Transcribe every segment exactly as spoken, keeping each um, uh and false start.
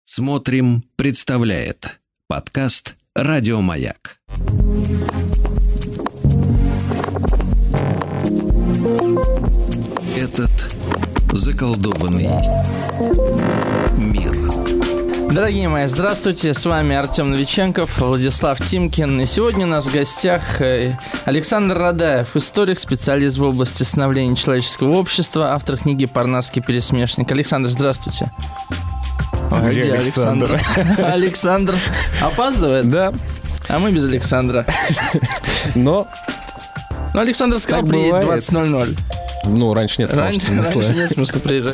Смотрим, представляет подкаст «Радио Маяк». Этот заколдованный мир. Дорогие мои, здравствуйте, с вами Артем Новиченков, Владислав Тимкин. И сегодня у нас в гостях Александр Радаев, историк, специалист в области становления человеческого общества, автор книги «Парнасский пересмешник». Александр, здравствуйте. А где, где Александр? Александр? Александр опаздывает? Да. А мы без Александра. Но... Ну, Александр сказал, приедет двадцать ноль ноль. Ну, раньше нет раньше, смысла. Раньше нет смысла приезжать.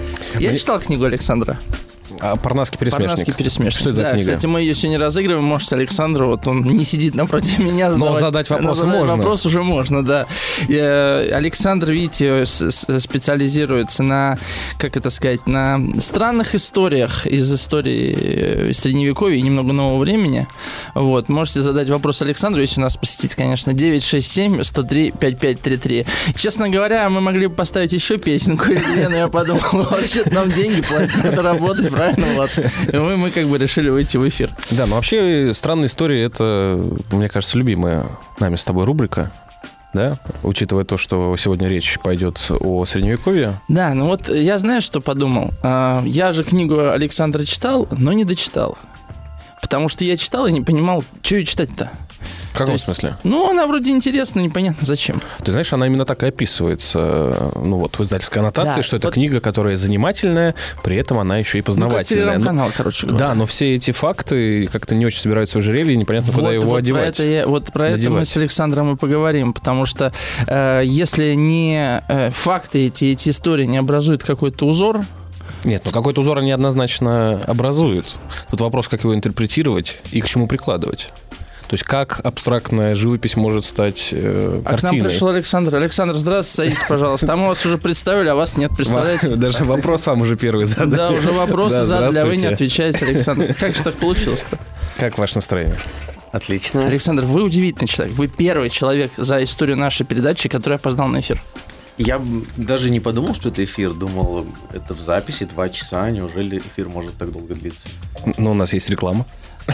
Я Мне... читал книгу Александра. А «Парнасский пересмешник». «Парнасский пересмешник». Что это да, за книга? Кстати, мы ее сегодня разыгрываем. Можете Александру, вот он не сидит напротив меня. Задавать, но задать вопросы но задать можно. Вопрос уже можно, да. И, э, Александр, видите, специализируется на, как это сказать, на странных историях из истории Средневековья и немного нового времени. Вот. Можете задать вопрос Александру, если нас посетить, конечно, девять шесть семь сто три пятьдесят пять тридцать три. Честно говоря, мы могли бы поставить еще песенку или две, но я подумал, вообще-то нам деньги платят, надо работать, правильно, Влад? И мы, мы как бы решили выйти в эфир. Да, но вообще странные истории — это, мне кажется, любимая нами с тобой рубрика, да? Учитывая то, что сегодня речь пойдет о Средневековье. Да, ну вот я, знаешь, что подумал? Я же книгу Александра читал, но не дочитал. Потому что я читал и не понимал, что ее читать-то. В каком есть, смысле? Ну, она вроде интересна, непонятно зачем. Ты знаешь, она именно так и описывается, ну вот, в издательской аннотации, да, что это вот... книга, которая занимательная, при этом она еще и познавательная. Ну, как телеграм-канал, короче говоря. Да, но все эти факты как-то не очень собираются в ожерелье, непонятно, вот, куда его вот одевать. Про это я, вот про надевать. Это мы с Александром и поговорим, потому что э, если не э, факты эти, эти истории не образуют какой-то узор. Нет, ну какой-то узор они однозначно образуют. Тут вопрос, как его интерпретировать и к чему прикладывать. То есть как абстрактная живопись может стать э, а картиной. А к нам пришел Александр. Александр, здравствуйте, садитесь, пожалуйста. А мы вас уже представили, а вас нет, представляете? Даже вопрос вам уже первый задали. Да, уже вопросы задали, а вы не отвечаете, Александр. Как же так получилось-то? Как ваше настроение? Отлично. Александр, вы удивительный человек. Вы первый человек за историю нашей передачи, который опоздал на эфир. Я даже не подумал, что это эфир. Думал, это в записи два часа. Неужели эфир может так долго длиться? Ну, у нас есть реклама.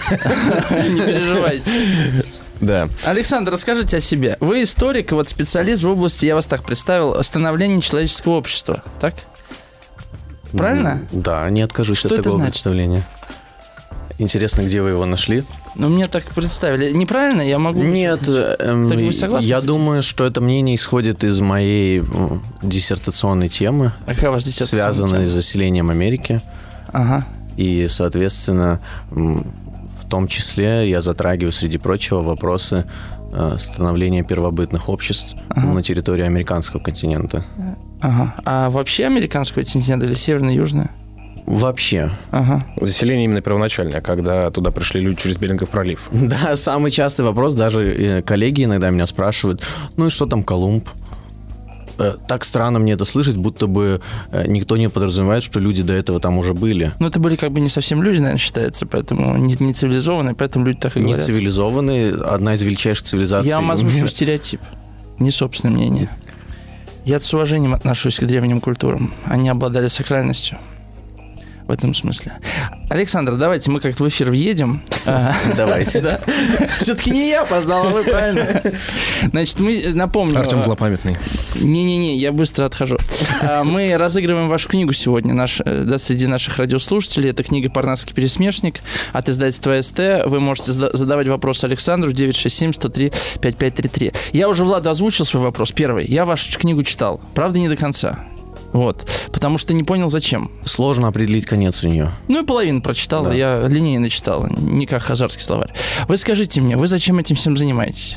Не переживайте. Да. Александр, расскажите о себе. Вы историк, вот специалист в области, я вас так представил, становления человеческого общества, так? Правильно? Да, не откажусь что от такого представления. Интересно, где вы его нашли? Ну, мне так представили. Неправильно? Я могу... Нет, эм, так вы согласны? Я думаю, что это мнение исходит из моей диссертационной темы, а какая ваша диссертационная связанной тема? с заселением Америки. Ага. И, соответственно, в том числе я затрагиваю, среди прочего, вопросы становления первобытных обществ ага. на территории американского континента. Ага. А вообще американского континента или северно-южного? Вообще. Ага. Заселение именно первоначальное, когда туда пришли люди через Берингов пролив. Да, самый частый вопрос, даже коллеги иногда меня спрашивают, ну и что там Колумб? Так странно мне это слышать, будто бы никто не подразумевает, что люди до этого там уже были. Ну, это были как бы не совсем люди, наверное, считается, поэтому не, не цивилизованные, поэтому люди так и говорят. Не цивилизованные, одна из величайших цивилизаций. Я вам озвучу стереотип, не собственное мнение. Я с уважением отношусь к древним культурам. Они обладали сакральностью. В этом смысле. Александр, давайте мы как-то в эфир въедем. Давайте. Все-таки не я опоздал, а вы, правильно? Значит, мы напомним... Артем злопамятный. Не-не-не, я быстро отхожу. Мы разыгрываем вашу книгу сегодня наш, да, среди наших радиослушателей. Это книга «Парнасский пересмешник» от издательства СТ. Вы можете задавать вопросы Александру девять шесть семь сто три пятьдесят пять тридцать три. Я уже, Влада, озвучил свой вопрос. Первый. Я вашу книгу читал. Правда, не до конца. Вот. Потому что не понял, зачем. Сложно определить конец у нее. Ну и половину прочитал, да. Я линейно читал, не как хазарский словарь. Вы скажите мне, вы зачем этим всем занимаетесь?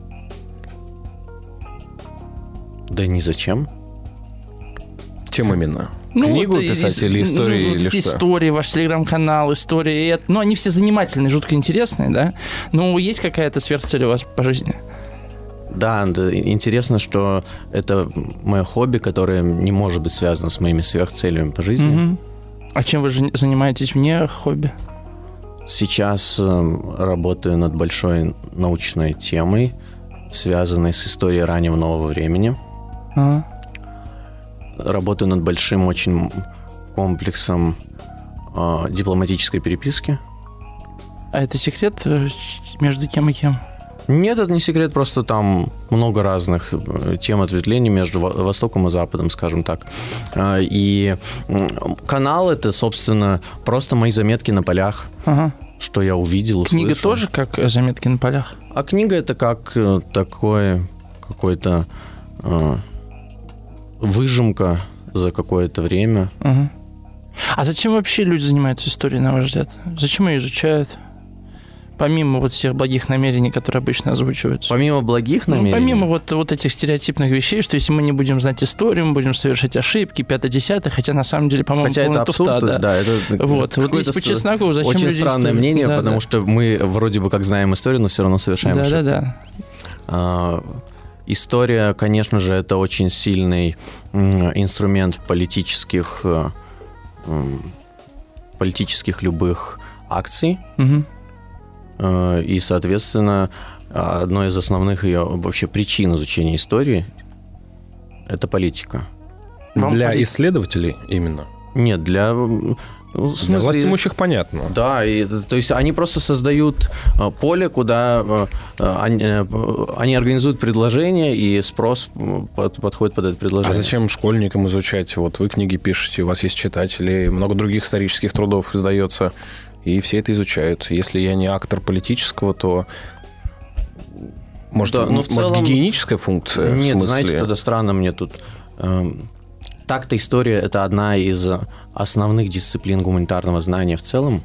Да ни зачем. Чем именно? Ну, Книгу вот, писать и, или истории, ну, или эти что? Истории, ваш телеграм-канал, истории. Это, ну, они все занимательные, жутко интересные, да? Но есть какая-то сверхцель у вас по жизни? Да, да, интересно, что это мое хобби, которое не может быть связано с моими сверхцелями по жизни. Угу. А чем вы же занимаетесь вне хобби? Сейчас э, работаю над большой научной темой, связанной с историей раннего нового времени. Ага. Работаю над большим очень комплексом э, дипломатической переписки. А это секрет э, между кем и кем? Нет, это не секрет, просто там много разных тем ответвлений между Востоком и Западом, скажем так. И канал — это, собственно, просто мои заметки на полях, ага. что я увидел, услышал. Книга тоже как заметки на полях? А книга — это как такое какой-то э, выжимка за какое-то время. Ага. А зачем вообще люди занимаются историей, на ваш взгляд? Зачем ее изучают? Помимо вот всех благих намерений, которые обычно озвучиваются. Помимо благих намерений? Ну, помимо вот, вот этих стереотипных вещей, что если мы не будем знать историю, мы будем совершать ошибки, пятое-десятое, хотя на самом деле, по-моему, хотя это абсурд, туфта, да. да. Это вот, вот если по чесноку, зачем очень люди странное историю? мнение, да, потому да. что мы вроде бы как знаем историю, но все равно совершаем да, ошибки. Да, да, да. История, конечно же, это очень сильный инструмент политических, политических любых акций. Угу. И, соответственно, одной из основных ее вообще причин изучения истории – это политика. Вам для полит... исследователей именно? Нет, для... Ну, в смысле, для властимущих понятно. Да, и, то есть они просто создают поле, куда они, они организуют предложение, и спрос под, подходит под это предложение. А зачем школьникам изучать? Вот вы книги пишете, у вас есть читатели, много других исторических трудов издается, и все это изучают. Если я не актор политического, то... Может, да, но в может целом... гигиеническая функция? Нет, в смысле... знаете, тогда странно мне тут... Так-то история – это одна из основных дисциплин гуманитарного знания в целом.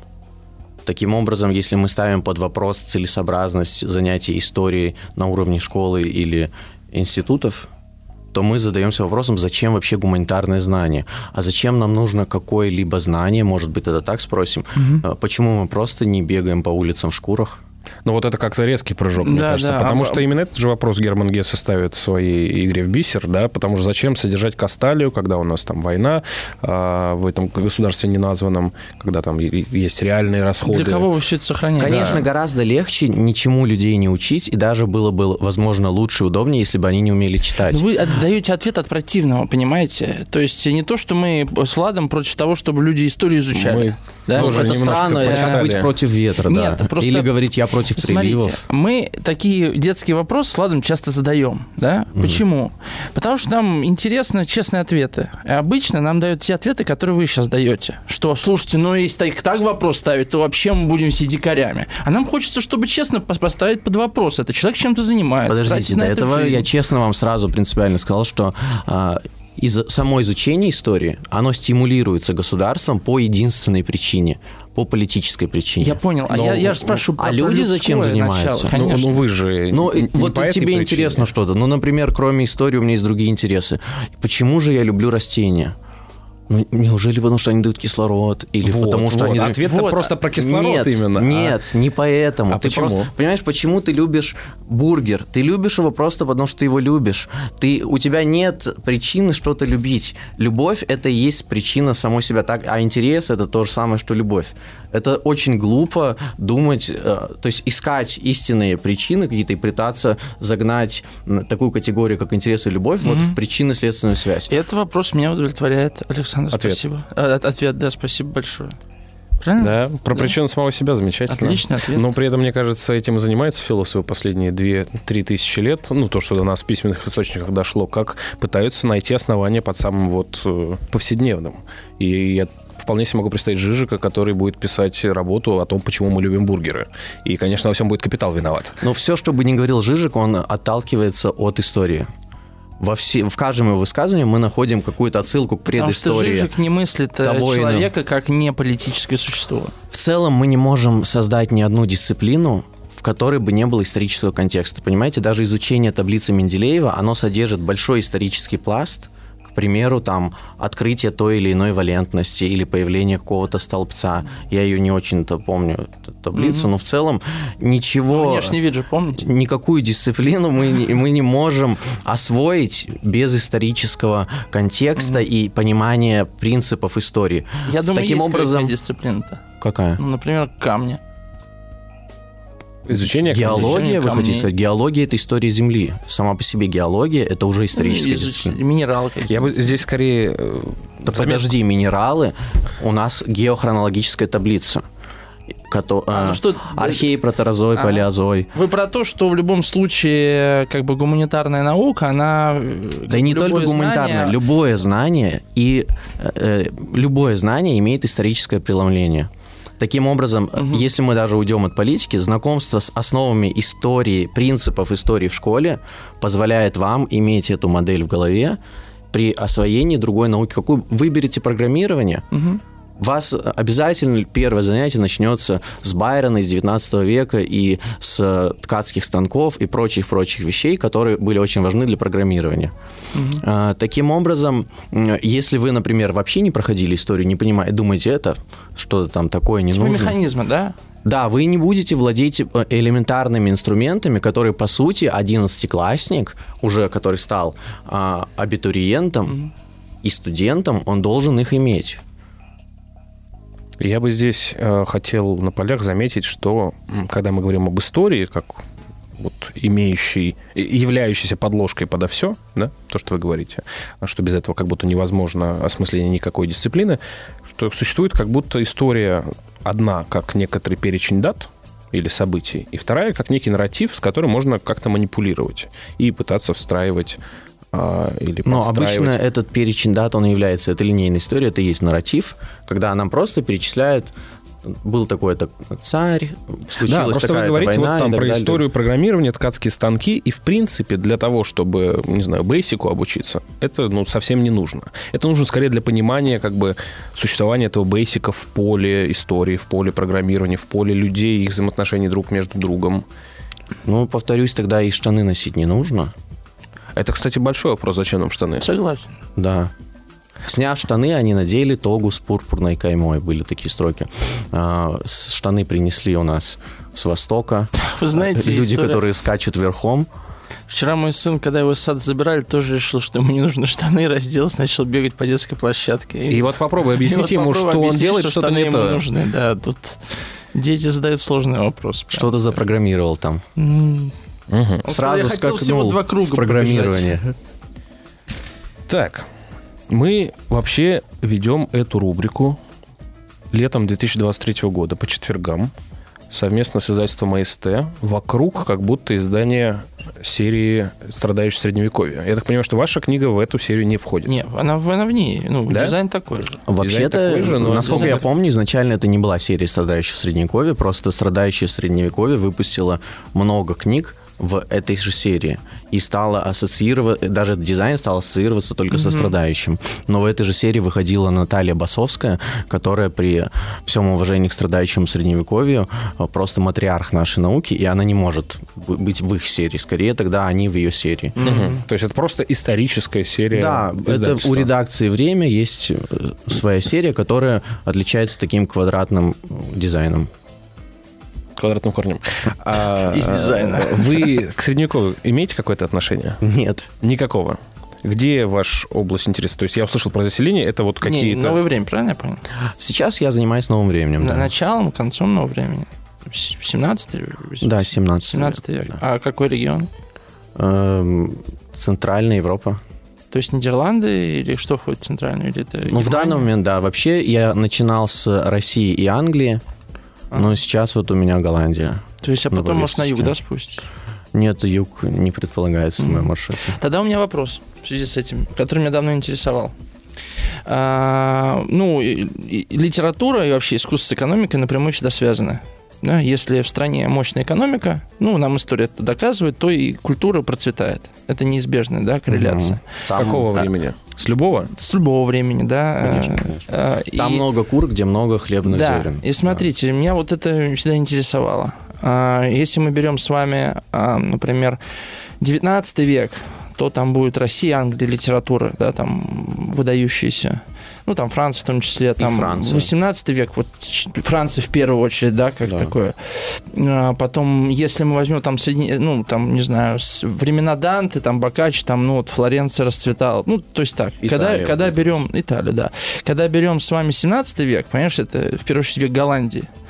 Таким образом, если мы ставим под вопрос целесообразность занятий историей на уровне школы или институтов, то мы задаемся вопросом, зачем вообще гуманитарное знание? А зачем нам нужно какое-либо знание? Может быть, тогда так спросим. Угу. Почему мы просто не бегаем по улицам в шкурах? Ну, вот это как-то резкий прыжок, мне да, кажется. Да, потому а... что именно этот же вопрос Герман Гессе ставит в своей игре в бисер, да, потому что зачем содержать Касталию, когда у нас там война э, в этом государстве неназванном, когда там есть реальные расходы. Для кого вы все это сохраняете? Конечно, да. Гораздо легче ничему людей не учить, и даже было бы, возможно, лучше и удобнее, если бы они не умели читать. Вы отдаете ответ от противного, понимаете? То есть не то, что мы с Владом против того, чтобы люди историю изучали. Мы да? тоже это странно, это как быть против ветра, Нет, да. просто... Или говорить я против приливов. Смотрите, мы такие детские вопросы с Владом часто задаем, да? Mm-hmm. Почему? Потому что нам интересны честные ответы. И обычно нам дают те ответы, которые вы сейчас даете. Что, слушайте, ну если так, так вопрос ставить, то вообще мы будем все дикарями. А нам хочется, чтобы честно поставить под вопрос. Это человек чем-то занимается. Подождите, до этого я честно вам сразу принципиально сказал, что... А, из, само изучение истории, оно стимулируется государством по единственной причине, по политической причине. Я понял. А Но, я, я же спрашиваю, а про люди зачем занимаются? Ну, ну вы же ну, не вот по тебе причине. Интересно что-то. Ну, например, кроме истории у меня есть другие интересы. Почему же я люблю растения? Ну, неужели потому, что они дают кислород? Или вот, потому, что вот. они... Ответ-то вот. просто про кислород нет, именно. Нет, а... не поэтому. А ты почему? Просто, понимаешь, почему ты любишь бургер? Ты любишь его просто потому, что ты его любишь. Ты, у тебя нет причины что-то любить. Любовь – это и есть причина самой себя. Так, а интерес – это то же самое, что любовь. Это очень глупо думать, э, то есть искать истинные причины какие-то и пытаться загнать такую категорию, как интерес и любовь, mm-hmm. вот в причинно-следственную связь. И этот вопрос меня удовлетворяет, Александр. Ответ. Спасибо. А, ответ, да, спасибо большое. Правильно? Да, про да. причину самого себя замечательно. Отличный ответ. Но при этом, мне кажется, этим и занимаются философы последние две-три тысячи лет. Ну, то, что до нас в письменных источниках дошло, как пытаются найти основания под самым вот повседневным. И я вполне себе могу представить Жижика, который будет писать работу о том, почему мы любим бургеры. И, конечно, во всем будет «Капитал» виноват. Но все, что бы ни говорил Жижик, он отталкивается от истории. Во все, в каждом его высказывании мы находим какую-то отсылку к предыстории. Потому что Жижик не мыслит того человека как не политическое существо. В целом мы не можем создать ни одну дисциплину, в которой бы не было исторического контекста. Понимаете, даже изучение таблицы Менделеева, оно содержит большой исторический пласт. К примеру, там, открытие той или иной валентности или появление какого-то столбца. Я ее не очень-то помню, эту таблицу, mm-hmm. но в целом ничего... Ну, внешний вид же помните? Никакую дисциплину мы не, мы не можем освоить без исторического контекста mm-hmm. и понимания принципов истории. Я думаю, Таким есть образом... дисциплина-то. Какая? Ну, например, камни. Изучение Геология, вы камней. хотите сказать? Геология – это история Земли. Сама по себе геология – это уже историческая Изуч... дисциплина. Минералы какие-то. Я бы здесь скорее... Да подожди, минералы, у нас геохронологическая таблица. Кото... А, ну а, что- Архей, протерозой, Ага. палеозой. Вы про то, что в любом случае как бы гуманитарная наука, она... Да и не любое только гуманитарное, знание- любое знание и э, любое знание имеет историческое преломление. Таким образом, Мгм. если мы даже уйдем от политики, знакомство с основами истории, принципов истории в школе позволяет вам иметь эту модель в голове при освоении другой науки. Какую выберете программирование, Мгм. у вас обязательно первое занятие начнется с Байрона из девятнадцатого века и с ткацких станков и прочих-прочих вещей, которые были очень важны для программирования. Мгм. А, Таким образом, м, если вы, например, вообще не проходили историю, не понимаете, думаете, это что-то там такое не Типа нужно. механизмы, да? Да, вы не будете владеть э, элементарными инструментами, которые, по сути, одиннадцатиклассник, уже который стал а, абитуриентом Мгм. и студентом, он должен их иметь. Я бы здесь э, хотел на полях заметить, что м, когда мы говорим об истории, как вот имеющей, и- являющейся подложкой подо все, да, то, что вы говорите, что без этого как будто невозможно осмысление никакой дисциплины, что существует как будто история одна, как некоторый перечень дат или событий, и вторая, как некий нарратив, с которым можно как-то манипулировать и пытаться встраивать а, или Но подстраивать. обычно этот перечень дат, он является, это линейная история, это и есть нарратив, когда нам просто перечисляют, был такой-то царь, Да, случилась просто вы такая-то говорите война вот там и так про далее. историю программирования, ткацкие станки, и, в принципе, для того, чтобы, не знаю, бейсику обучиться, это, ну, совсем не нужно. Это нужно скорее для понимания, как бы, существования этого бейсика в поле истории, в поле программирования, в поле людей, их взаимоотношений друг между другом. Ну, повторюсь, тогда и штаны носить не нужно. Это, кстати, большой вопрос, зачем нам штаны? Согласен. Да. Сняв штаны, они надели тогу с пурпурной каймой. Были такие строки. А, с- штаны принесли у нас с Востока. Вы знаете, Люди, история- которые скачут верхом. Вчера мой сын, когда его из сада забирали, тоже решил, что ему не нужны штаны, разделся, начал бегать по детской площадке. И вот попробуй объяснить И вот ему, попробуй что он объяснить, делает, что что-то штаны не ему то. нужны. Да, тут дети задают сложный вопрос. прям. Что-то запрограммировал там. М. Мгм. Он сказал, Сразу я хотел всего скакнул два круга в программирование. Так, мы вообще ведем эту рубрику летом две тысячи двадцать третьего года по четвергам совместно с издательством АСТ вокруг как будто издания серии «Страдающий средневековье». Я так понимаю, что ваша книга в эту серию не входит. Нет, она, она в ней. Ну, Да? дизайн такой же. Вообще-то, такой же, но насколько дизайн- я помню, изначально это не была серия «Страдающих в Средневековье», просто «Страдающие в Средневековье» выпустила много книг в этой же серии и стала ассоциироваться, даже дизайн стал ассоциироваться только со страдающим. Но в этой же серии выходила Наталья Басовская, которая при всем уважении к страдающему Средневековью просто матриарх нашей науки, и она не может быть в их серии. Скорее, тогда они в ее серии. Мгм. То есть это просто историческая серия Да, это издательства. у редакции «Время» есть э, своя серия, которая отличается таким квадратным э, дизайном. Квадратным корнем. А, Из дизайна. Вы к средневековью имеете какое-то отношение? Нет. Никакого. Где ваш область интереса? То есть я услышал про заселение, это вот Не, какие-то... новое время, правильно я понял? Сейчас я занимаюсь новым временем. На- Да, Началом, концом нового времени. семнадцатый да семнадцатый. семнадцатый век. Да. А какой регион? Эм, Центральная Европа. То есть Нидерланды или что входит в центральную? Или это Ну, в Германия? данный момент, да. Вообще, я начинал с России и Англии, А. но сейчас вот у меня Голландия. То есть, а потом, может, на юг, Новолестовске. да, спустить? Нет, юг не предполагается в моем Мгм. маршруте. Тогда у меня вопрос в связи с этим, который меня давно интересовал. А, ну, и- и литература и вообще искусство с экономикой напрямую всегда связаны. Да? Если в стране мощная экономика, ну, нам история это доказывает, то и культура процветает. Это неизбежная, да, корреляция. С какого а- времени? С любого? С любого времени, да. Конечно, А, конечно. а, Там и- много кур, где много хлебных Да, зерен. и смотрите, меня вот это всегда интересовало. А, Если мы берем с вами, а, например, девятнадцатый век, то там будет Россия, Англия, литература, да, там выдающиеся. Ну, там Франция в том числе, там Франция. восемнадцатый век, вот ч- Франция в первую очередь, да, как Да. такое. А потом, если мы возьмем там, средне, ну, там, не знаю, с времена Данте, там, Боккаччо, там, ну, вот Флоренция расцветала. Ну, то есть так. Когда, Италия, когда вот. берем... Италия, да. Когда берем с вами семнадцатый век, понимаешь, это в первую очередь век Голландии.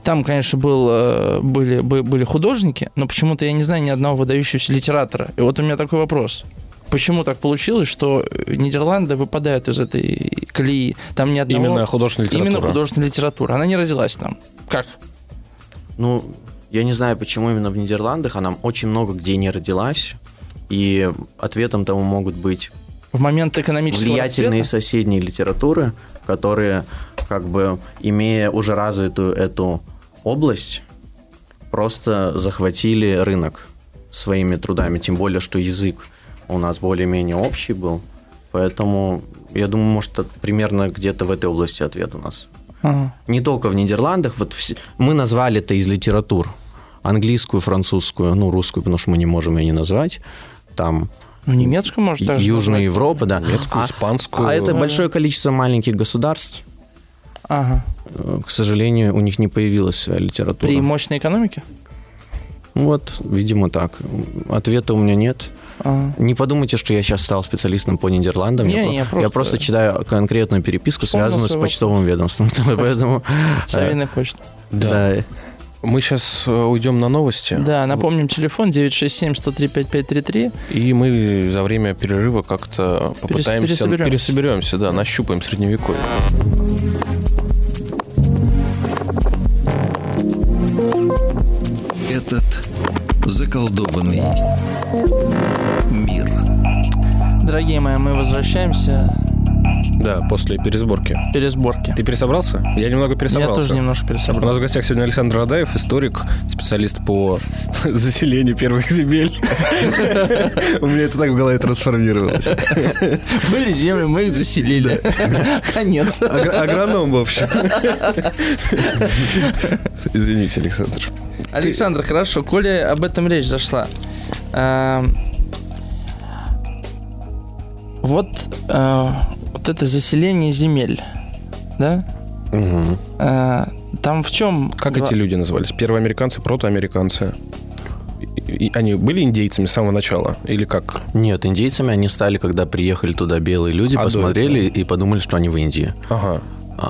там, конечно, был, были, были художники, но почему-то я не знаю ни одного выдающегося литератора. И вот у меня такой вопрос. Почему так получилось, что Нидерланды выпадают из этой колеи? Там ни одного... Именно художественная литература. Именно художественная литература. Она не родилась там. Как? Ну, я не знаю, почему именно в Нидерландах. Она очень много где не родилась. И ответом тому могут быть в момент экономического влиятельные расцвета? соседние литературы, которые, как бы, имея уже развитую эту область, просто захватили рынок своими трудами. Тем более, что язык у нас более-менее общий был. Поэтому, я думаю, может, примерно где-то в этой области ответ у нас. Ага. Не только в Нидерландах. Вот в... Мы назвали это из литератур. Английскую, французскую, ну, русскую, потому что мы не можем ее не назвать. Там... Ну, немецкую, может, даже Южная назвать. Европа, да. Немецкую, а, испанскую. А это Ага. большое количество маленьких государств. Ага. К сожалению, у них не появилась своя литература. При мощной экономике? Вот, видимо, так. Ответа у меня нет. Ага. Не подумайте, что я сейчас стал специалистом по Нидерландам. Не, я, не, я, просто... я просто читаю конкретную переписку, Вспомнил связанную с своего почтовым ведомством. Поэтому... Современная почта. Да. Мы сейчас уйдем на новости. Да, напомним, телефон девять шесть семь сто три пять пять три три. И мы за время перерыва как-то попытаемся... Пересоберемся. Пересоберемся, да, нащупаем средневековье. Этот заколдованный мир. Дорогие мои, мы возвращаемся Да, после пересборки. к пересборке. Ты пересобрался? Я немного пересобрался. Я тоже немножко У нас в пересобрался. гостях сегодня Александр Радаев, историк, специалист по заселению первых земель. У меня это так в голове трансформировалось. Были земли, мы их заселили. Конец. Агроном, в общем. Извините, Александр. Александр, хорошо, коли об этом речь зашла. А, Вот, а, вот это заселение земель, да? Угу. А, Там в чем... Как эти люди назывались? Первоамериканцы, протоамериканцы? И- и Они были индейцами с самого начала? Или как? Нет, индейцами они стали, когда приехали туда белые люди, А до посмотрели и подумали, что они в Индии. Ага. А-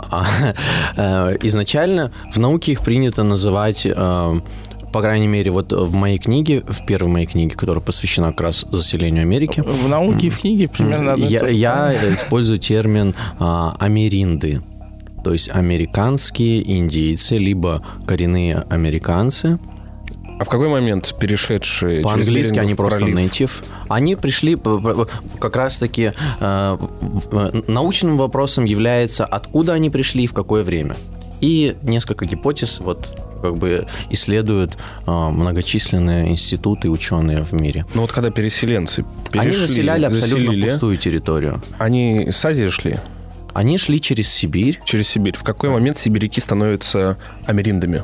а, э, Изначально в науке их принято называть, э, по крайней мере, вот в моей книге, в первой моей книге, которая посвящена как раз заселению Америки, В науке и в книге примерно одно и я, то же. я использую термин а, америнды, то есть американские индейцы, либо коренные американцы. А в какой момент перешедшие По-английски через они Берингов просто пролив? native. Они пришли п- п- как раз-таки э, в- научным вопросом является, откуда они пришли и в какое время. И несколько гипотез вот как бы исследуют э, многочисленные институты и ученые в мире. Ну вот когда переселенцы перешли, Они заселяли абсолютно заселили, пустую территорию. Они с Азии шли Они шли через Сибирь. через Сибирь. В какой момент сибиряки становятся америндами?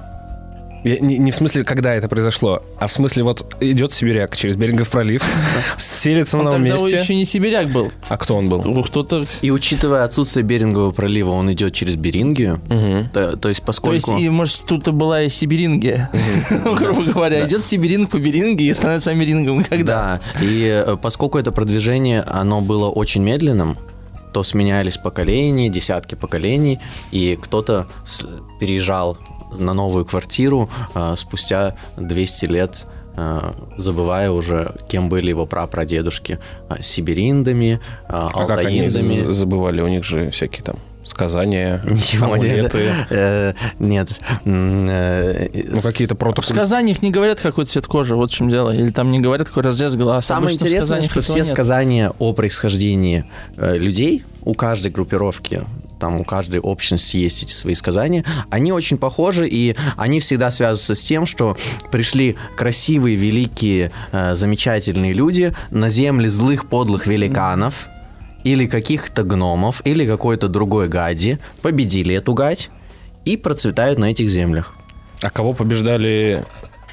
Я- не, не в смысле, когда это произошло, а в смысле, вот идет сибиряк через Берингов пролив, селится на Он новом тогда месте. еще не сибиряк был. А кто он был? Ну, Кто-то... И учитывая отсутствие Берингового пролива, он идет через Берингию. Мгм. То, то есть То поскольку... есть, и, может, тут была и сибирингия. Грубо говоря. Идет сибиринг по беринге и становится амерингом. Когда? Да, и э, поскольку это продвижение, оно было очень медленным, то сменялись поколения, десятки поколений, и кто-то с- переезжал на новую квартиру э, спустя двести лет, э, забывая уже, кем были его прапрадедушки. Э, сибириндами, э, А как они алтаиндами. з- забывали? У них же всякие там сказания, Ничего нет. амулеты, Э, Нет. М, э, ну какие-то В протоколы. сказаниях не говорят, какой цвет кожи, вот в чем дело. Или там не говорят, какой разрез глаз. Самое Обычно в интересное, сказаниях что этого все нет. сказания о происхождении э, людей, у каждой группировки, там у каждой общности есть эти свои сказания, они очень похожи, и они всегда связываются с тем, что пришли красивые, великие, э, замечательные люди на земли злых, подлых великанов, или каких-то гномов, или какой-то другой гади, победили эту гадь и процветают на этих землях. А кого побеждали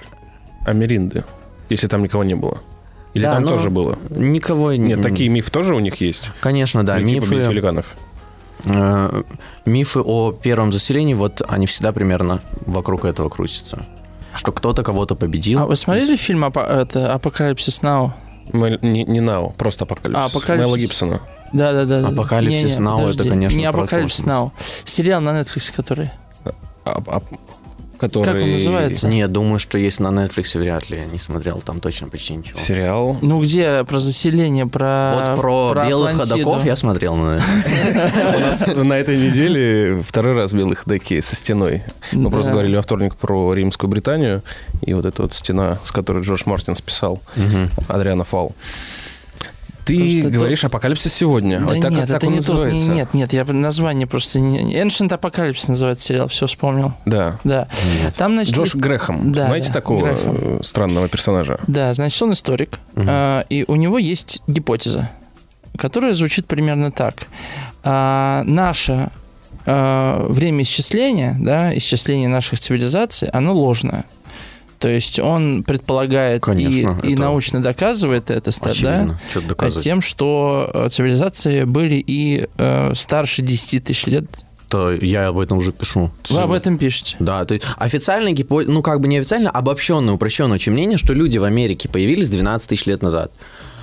америнды, если там никого не было? Или Да, там но тоже было? Никого Нет, н- такие мифы тоже у них есть? Конечно, да, Прийти победить мифы... великанов. Э, Мифы о первом заселении, вот они всегда примерно вокруг этого крутятся. Что кто-то кого-то победил. А вы смотрели фильм «Апо- это, «Апокалипсис Нау»? Мэл- Не, не Нау, просто Апокалипсис. А, Апокалипсис. Мэла Гибсона. Да-да-да. «Апокалипсис Не-не, Нау» это, подожди. конечно, Не про «Апокалипсис космос. Нау». Сериал на Netflix, который... А- а- который... Как он называется? Нет, думаю, что есть на Netflix, вряд ли. Я не смотрел, там точно почти ничего. Сериал. Ну, где про заселение, про Вот про, про белых Атлантиду. ходоков я смотрел на Netflix. У нас на этой неделе второй раз белые ходаки со стеной. Мы Да. просто говорили во вторник про Римскую Британию, и вот эта вот стена, с которой Джордж Мартин списал Адриана Фал. Ты Просто говоришь «Апокалипсис сегодня». Да Вот так, нет, так это он не тот, называется. нет, нет, я название просто... не- Ancient Apocalypse называется сериал, все вспомнил. Да. Да. Там, значит, Джош есть- Грэхэм. Да, Знаете да, такого Грэхэм. э, странного персонажа? Да, значит, он историк, а, и у него есть гипотеза, которая звучит примерно так. А, наше а, время исчисления, да, исчисление наших цивилизаций, оно ложное. То есть он предполагает Конечно, и, и это научно доказывает это, ста- да, Очевидно. Что-то доказывать. тем, что э, цивилизации были и э, старше десяти тысяч лет. То я об этом уже пишу. Вы об этом пишете. Да, то есть официальная гипотеза, ну как бы не официально, обобщенное, упрощенное очень мнение, что люди в Америке появились двенадцать тысяч лет назад.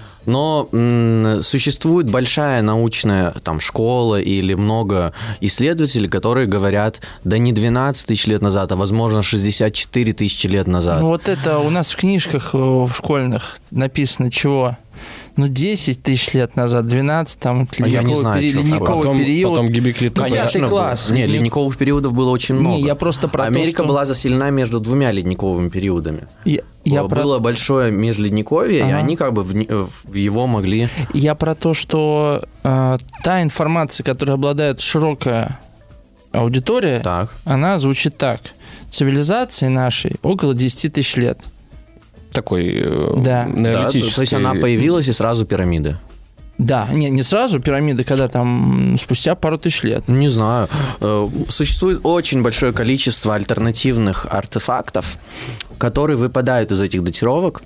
Но м, существует большая научная там школа или много исследователей, которые говорят, да не двенадцать тысяч лет назад, а возможно шестьдесят четыре тысячи лет назад. Ну, вот это у нас в книжках э, в школьных написано чего? Ну, десять тысяч лет назад, двенадцать, там, А я не ледниковый, знаю, пери- что- ледниковый Потом, период. потом Гибекли Ну, Тепе. пятый класс. Не, Ледник- ледниковых периодов было очень много. Не, я просто про то, Америка что- была заселена между двумя ледниковыми периодами. Я, я про... Было большое межледниковье, и Ага. они как бы в, не- в его могли... я про то, что э, та информация, которой обладает широкая аудитория, Так. она звучит так. Цивилизации нашей около десять тысяч лет. Такой э, Да. Да, то, неолитический... то есть она появилась, и сразу пирамиды. Да, не, не сразу пирамиды, когда там м, спустя пару тысяч лет. Не знаю. Э, Существует очень большое количество альтернативных артефактов, которые выпадают из этих датировок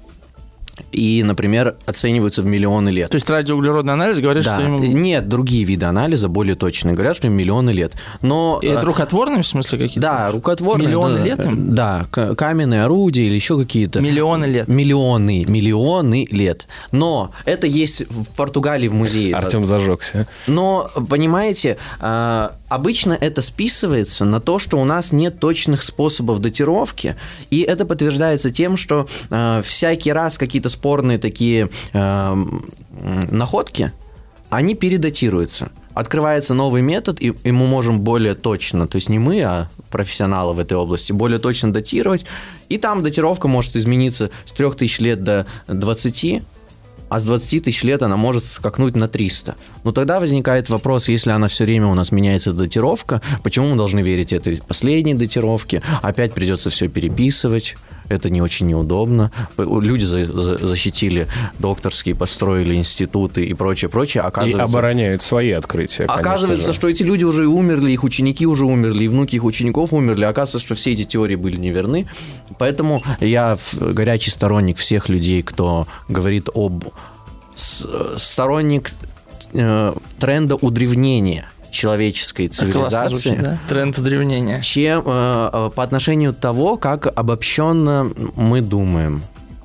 и, например, оцениваются в миллионы лет. То есть радиоуглеродный анализ говорит, Да. что им... Нет, другие виды анализа более точные говорят, что им миллионы лет. Но И э, это рукотворные, в смысле, какие-то? да, рукотворные. Миллионы да, лет им? Да, к- каменные орудия или еще какие-то. Миллионы лет. Миллионы, миллионы лет. Но это есть в Португалии в музее. Артем зажегся. Но, понимаете, э, обычно это списывается на то, что у нас нет точных способов датировки, и это подтверждается тем, что э, всякий раз какие-то спорные такие э, м, находки, они передатируются. Открывается новый метод, и, и мы можем более точно, то есть не мы, а профессионалы в этой области, более точно датировать, и там датировка может измениться с трех тысяч лет до двадцати, а с двадцати тысяч лет она может скакнуть на триста. Но тогда возникает вопрос, если она все время у нас меняется датировка, почему мы должны верить этой последней датировке? Опять придется все переписывать. Это не очень неудобно. Люди за- за- защитили докторские, построили институты и прочее, прочее. И Оказывается, обороняют свои открытия, конечно Оказывается, же. что эти люди уже и умерли, их ученики уже умерли, и внуки их учеников умерли. Оказывается, что все эти теории были неверны. Поэтому я в- горячий сторонник всех людей, кто говорит об... с- сторонник э, тренда удревнения человеческой Классно цивилизации, звучит, да? Тренд удревнения. чем э, э, по отношению того, как обобщенно мы думаем.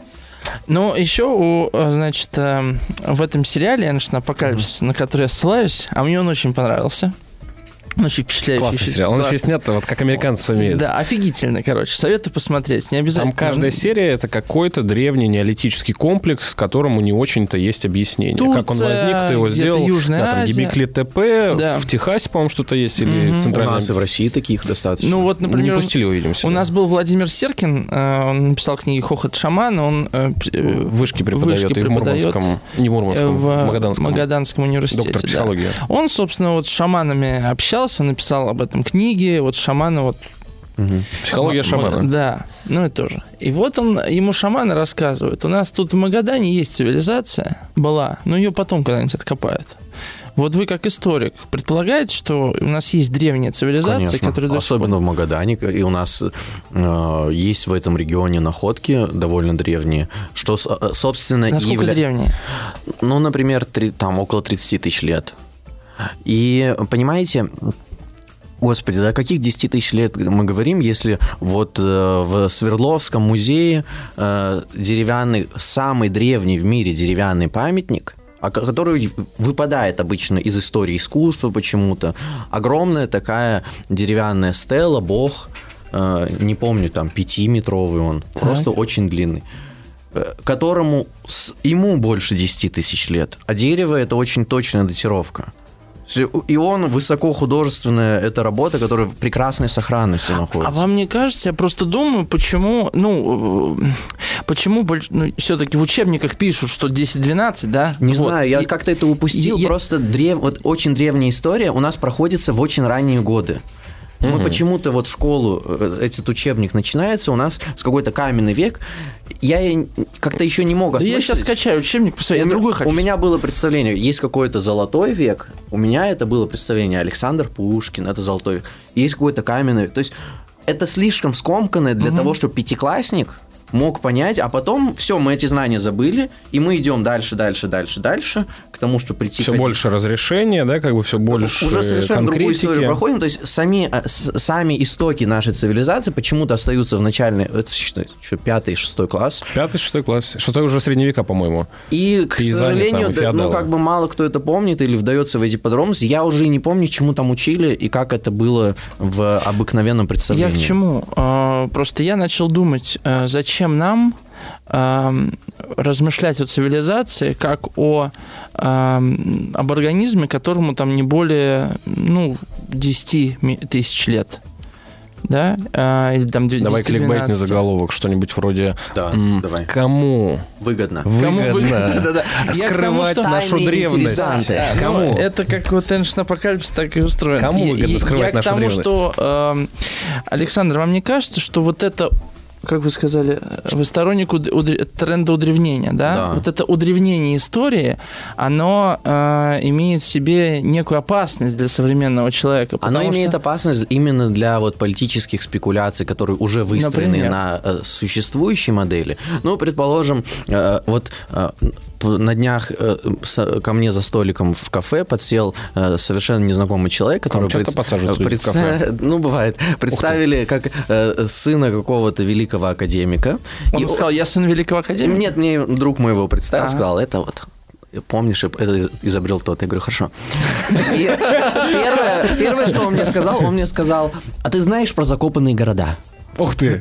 Ну, еще у, э, значит, э, в этом сериале Ancient Apocalypse, на который я ссылаюсь, а мне он очень понравился. Он очень впечатляющий. Классный очень сериал. Он классный. еще снят вот как американцы умеют. Да, офигительно, короче. Советую посмотреть. Не обязательно. Там каждая серия — это какой-то древний неолитический комплекс, которому не очень-то есть объяснение. Как он Турция, возник, кто его где-то сделал. Южная Да, там Азия. Гибекли Тепе, Да. в Техасе, по-моему, что-то есть, или Мгм. У центральная... нас и в России таких достаточно. Ну, вот, например, Не пустили его, видимо, у сюда. нас был Владимир Серкин, э, он написал книги «Хохот шамана», он э, п- э, В Вышке преподает, Вышке и в преподает, Мурманском, не в э, Мурманском, в в Магаданском. Магаданском университете. Доктор да. психологии. Он, собственно, вот с шаманами общался, написал об этом книги, вот шаманы вот... Психология М- шамана. Да, ну это тоже. И вот он, ему шаманы рассказывают, у нас тут в Магадане есть цивилизация, была, но ее потом когда-нибудь откопают. Вот вы, как историк, предполагаете, что у нас есть древняя цивилизация, Конечно, которая до сих пор- особенно в Магадане, и у нас э, есть в этом регионе находки довольно древние, что, с- э, собственно, и Насколько явля- древняя? Ну, например, три- там около тридцати тысяч лет. И, понимаете, господи, да о каких десяти тысяч лет мы говорим, если вот э, в Свердловском музее э, деревянный, самый древний в мире деревянный памятник, а ко- который выпадает обычно из истории искусства почему-то, огромная такая деревянная стела, бог, э, не помню, там, пятиметровый он, так. просто очень длинный, э, которому, с, ему больше десять тысяч лет, а дерево – это очень точная датировка. И он высокохудожественная, это работа, которая в прекрасной сохранности находится. А вам не кажется, я просто думаю, почему, ну, почему ну, все-таки в учебниках пишут, что десять-двенадцать, да? Не вот. знаю, я и, как-то это упустил, я... просто древ... вот очень древняя история у нас проходится в очень ранние годы. Мы mm-hmm. почему-то вот школу, этот учебник начинается у нас с какой-то каменный век. Я как-то еще не мог осмыслить. Я сейчас скачаю учебник, посмотри, я другой хочу. У меня было представление, есть какой-то золотой век, у меня это было представление Александр Пушкин, это золотой век. Есть какой-то каменный, то есть это слишком скомканное для mm-hmm. того, чтобы пятиклассник мог понять, а потом все, мы эти знания забыли, и мы идем дальше, дальше, дальше, дальше, к тому, что прийти... Все к... больше разрешения, да, как бы все больше уже совершенно конкретики. Другую историю проходим, то есть сами, сами истоки нашей цивилизации почему-то остаются в начальной, это что, пятый, шестой класс. Пятый, шестой класс. Шестой уже средние века, по-моему. И, к Пейзане, сожалению, там, да, ну, как бы мало кто это помнит или вдается в эти подробности. Я уже не помню, чему там учили и как это было в обыкновенном представлении. Я к чему? Просто я начал думать, зачем нам размышлять о цивилизации как о об организме, которому там не более ну, десять тысяч лет. Да? Или там десять, давай кликбейтный заголовок, что-нибудь вроде да, м- давай. Кому выгодно, выгодно, выгодно скрывать нашу древность? Кому? Это как вот Эншн Апокалипсис так и устроен. Кому выгодно скрывать нашу древность? Я к тому, что, Александр, вам не кажется, что вот это, как вы сказали, вы сторонник удр... тренда удревнения, да? да? Вот это удревнение истории, оно э, имеет в себе некую опасность для современного человека. Оно имеет что... опасность именно для вот политических спекуляций, которые уже выстроены Например? на э, существующей модели. Ну, предположим, э, вот... Э, на днях э, с, ко мне за столиком в кафе подсел э, совершенно незнакомый человек, который... часто пред... подсаживаются пред... в кафе? Ну, бывает. Представили как э, сына какого-то великого академика. Он и... сказал, я сын великого академика? Нет, мне друг мой его представил, ага. сказал, это вот... Помнишь, это изобрел тот. Я говорю, хорошо. И первое, первое, что он мне сказал, он мне сказал, а ты знаешь про закопанные города? Ух ты!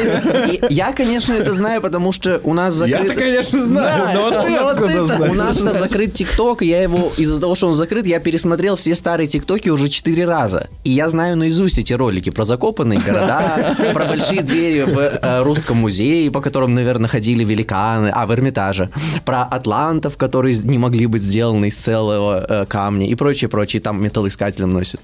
И я, конечно, это знаю, потому что у нас закрыт... Я-то, конечно, знаю, да, но вот ты откуда знаешь? У нас-то закрыт ТикТок, и я его, из-за того, что он закрыт, я пересмотрел все старые ТикТоки уже четыре раза. И я знаю наизусть эти ролики про закопанные города, про большие двери в э, Русском музее, по которым, наверное, ходили великаны, а, в Эрмитаже, про атлантов, которые не могли быть сделаны из целого э, камня и прочее, прочее, там металлоискателем носят.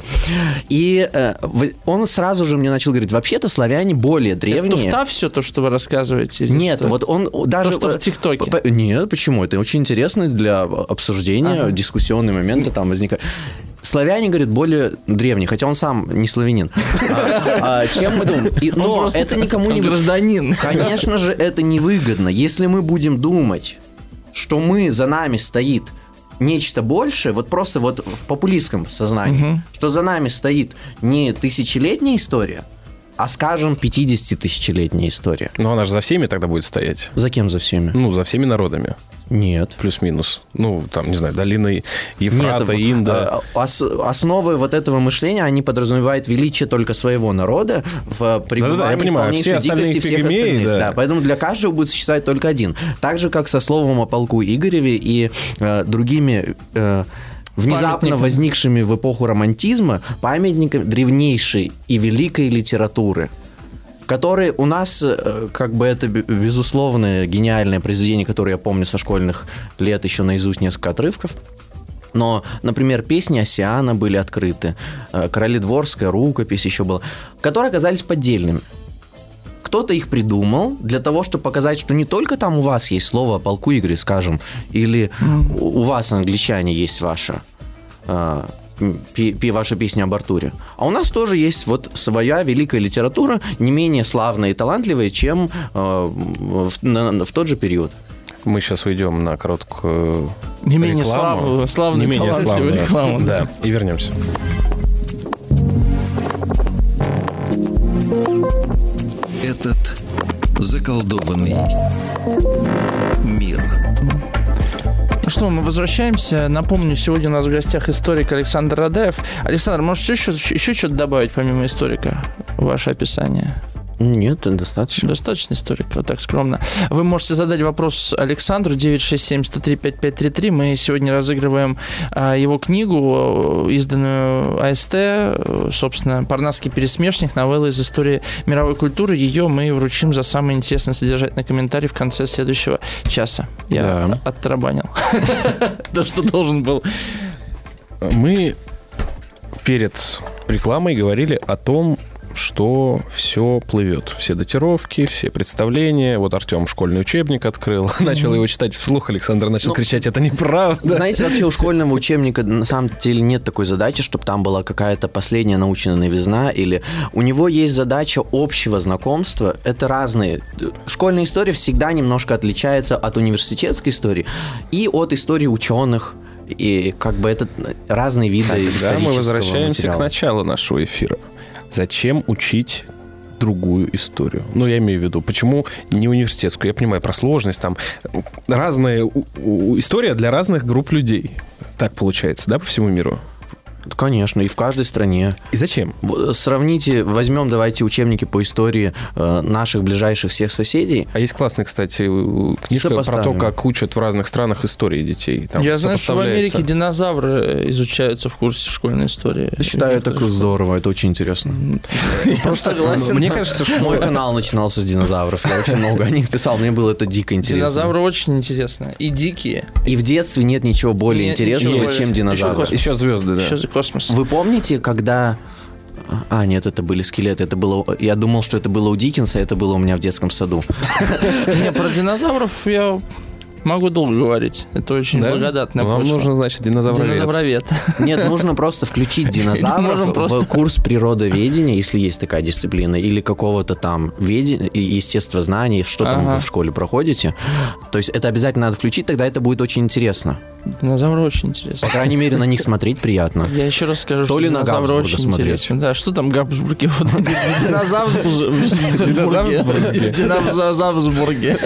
И э, он сразу же мне начал говорить, вообще-то славяне более древние. Это туфта все то, что вы рассказываете? Нет, что? вот он даже... То, что в ТикТоке. Нет, почему? Это очень интересно для обсуждения, ага. дискуссионные моменты там возникают. Славяне, говорит, более древние, хотя он сам не славянин. А, а, чем мы думаем? И, но это никому не... гражданин. Конечно же, это невыгодно. Если мы будем думать, что мы, за нами стоит нечто большее, вот просто вот в популистском сознании, угу. что за нами стоит не тысячелетняя история, а, скажем, пятидесятитысячелетняя история. Но она же за всеми тогда будет стоять. За кем за всеми? Ну, за всеми народами. Нет. Плюс-минус. Ну, там, не знаю, долины Ефрата, Нет, Инда. Ос- основы вот этого мышления, они подразумевают величие только своего народа в пребывании в полнейшей дикости всех остальных. Да. Да, поэтому для каждого будет существовать только один. Так же, как со словом о полку Игореве и э, другими... Э, внезапно возникшими в эпоху романтизма памятниками древнейшей и великой литературы, которые у нас, как бы это безусловное гениальное произведение, которое я помню со школьных лет, еще наизусть несколько отрывков. Но, например, песни Оссиана были открыты, Короледворская рукопись еще была, которые оказались поддельными. Кто-то их придумал для того, чтобы показать, что не только там у вас есть слово о полку Игоря, скажем, или mm. у вас, англичане, есть ваша, э, пи, ваша песня об Артуре, а у нас тоже есть вот своя великая литература, не менее славная и талантливая, чем э, в, на, в тот же период. Мы сейчас уйдем на короткую не менее рекламу. Слав, славную, не менее талантливую рекламу. Да, и вернемся. Этот заколдованный мир. Ну что, мы возвращаемся. Напомню, сегодня у нас в гостях историк Александр Радаев. Александр, можешь еще, еще что-то добавить помимо историка? ваше описание? Нет, достаточно. Достаточно историк, вот так скромно. Вы можете задать вопрос Александру девять шесть семь сто три пять пять три три. Мы сегодня разыгрываем а, его книгу, изданную АСТ, собственно, «Парнасский пересмешник», новелла из истории мировой культуры. Ее мы вручим за самый интересный содержательный комментарий в конце следующего часа. Я Да. оттарабанил. То, что должен был. Мы перед рекламой говорили о том, что все плывет. Все датировки, все представления. Вот Артем школьный учебник открыл, начал его читать вслух. Александр начал Ну, кричать: это неправда. Знаете, вообще у школьного учебника на самом деле нет такой задачи, чтобы там была какая-то последняя научная новизна, или у него есть задача общего знакомства. Это разные. Школьная история всегда немножко отличается от университетской истории и от истории ученых. И как бы это разные виды Да, исторического мы возвращаемся материала. к началу нашего эфира. Зачем учить другую историю? Ну, я имею в виду, почему не университетскую? Я понимаю про сложность, там разная у- у- история для разных групп людей. Так получается, да, по всему миру? Конечно, и в каждой стране. И зачем? Вот сравните, возьмем, давайте учебники по истории э, наших ближайших всех соседей. А есть классная, кстати, книжка про то, Сопоставим. как учат в разных странах истории детей. Там Я знаю, что в сопоставляется. Америке динозавры изучаются в курсе школьной истории. Я считаю, это здорово, это очень интересно. Просто, мне кажется, что Мой канал начинался с динозавров. Я очень много о них писал, мне было это дико интересно. Динозавры очень интересно. И дикие. И в детстве нет ничего более Нет, интересного, ничего чем более- динозавры. еще еще звезды, да. Еще за космос. Вы помните, когда... А, нет, это были скелеты. Это было... Я думал, что это было у Диккенса, это было у меня в детском саду. Не, про динозавров я могу долго говорить. Это очень Да? благодатная Вам почва. нужно, значит, динозавровед. Динозавровед. Нет, нужно просто включить динозавров Можем просто- в курс природоведения, если есть такая дисциплина, или какого-то там ведения, естествознания, что там Ага. вы в школе проходите. То есть это обязательно надо включить, тогда это будет очень интересно. Динозавры очень интересно. По крайней мере, на них смотреть приятно. Я еще раз скажу, То что ли на динозавры Габсбурга очень смотреть. интересны. Да, что там Габсбурги? Вот он говорит, Динозаврсбурге. Динозаврсбурге. Динозаврсбурге.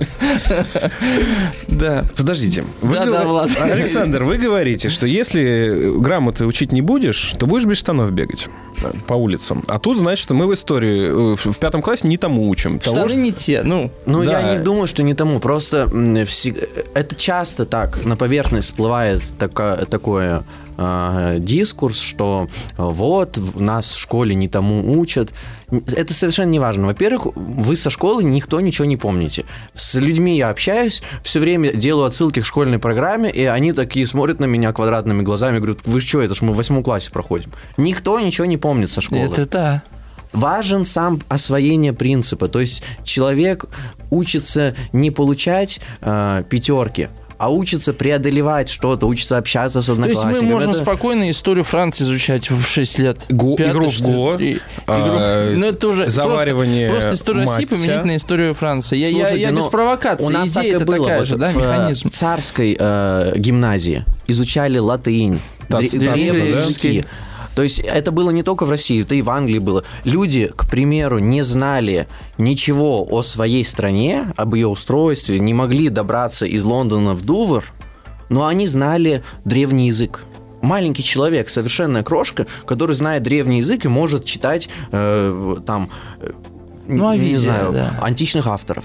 Да. Подождите. Вы Да, говор- да, Влад. Александр, вы говорите, что если грамоты учить не будешь, то будешь без штанов бегать по улицам. А тут, значит, мы в истории э, в в пятом классе не тому учим. Того, Штаны что- не те. Ну, Ну, Да. я не думаю, что не тому. Просто м, всег- это часто так на поверхность всплывает така- такое а, дискурс, что а, вот в- нас в школе не тому учат. Это совершенно не важно. Во-первых, вы со школы никто ничего не помните. С людьми я общаюсь, все время делаю отсылки к школьной программе, и они такие смотрят на меня квадратными глазами и говорят: вы что, это ж мы в восьмом классе проходим. Никто ничего не помнит со школы. это да. Важен сам освоение принципа. То есть человек учится не получать э, пятерки, а учится преодолевать что-то, учится общаться с То есть одноклассниками. мы можем Это- спокойно историю Франции изучать в шесть лет. Го- Пятый, игру в что ли? го, И- а, игру- Ну, это уже заваривание просто, просто историю России матча. поменять на историю Франции. Я, я- Слушайте, я без ну, провокации. У нас так Идея и это было. такая Вот же, да, в, механизм. в царской э, гимназии изучали латынь, Тац- дре- тац- древние да? языки. То есть это было не только в России, это и в Англии было. Люди, к примеру, не знали ничего о своей стране, об ее устройстве, не могли добраться из Лондона в Дувр, но они знали древний язык. Маленький человек, совершенная крошка, который знает древний язык и может читать э, там, э, Ну, не Овидия, знаю, да. античных авторов.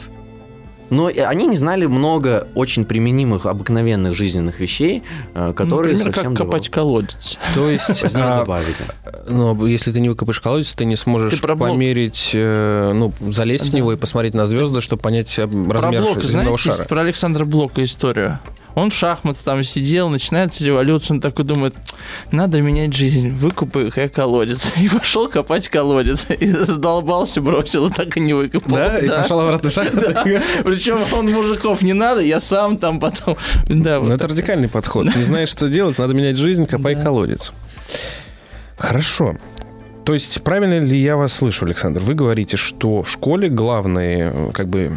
Но и они не знали много очень применимых, обыкновенных жизненных вещей, э, которые Например, совсем как копать колодец. То есть, позднее а, добавили. ну, если ты не выкопаешь колодец, ты не сможешь Ты про блок. померить, э, ну, залезть в Да. него и посмотреть на звезды, чтобы понять э, Про размер Блока, земного знаете, шара. про Александра Блока историю? Он в шахматы там сидел, начинается революция, он такой думает: надо менять жизнь, выкопаю я колодец. И пошел копать колодец. И задолбался, бросил, и так и не выкопал. Да? И пошел обратно шаг. Причем он мужиков не надо, я сам там потом... Да, Ну, вот это радикальный подход. Не знаешь, что делать, надо менять жизнь, копай колодец. Хорошо. То есть, правильно ли я вас слышу, Александр? Вы говорите, что в школе главный, э, как бы,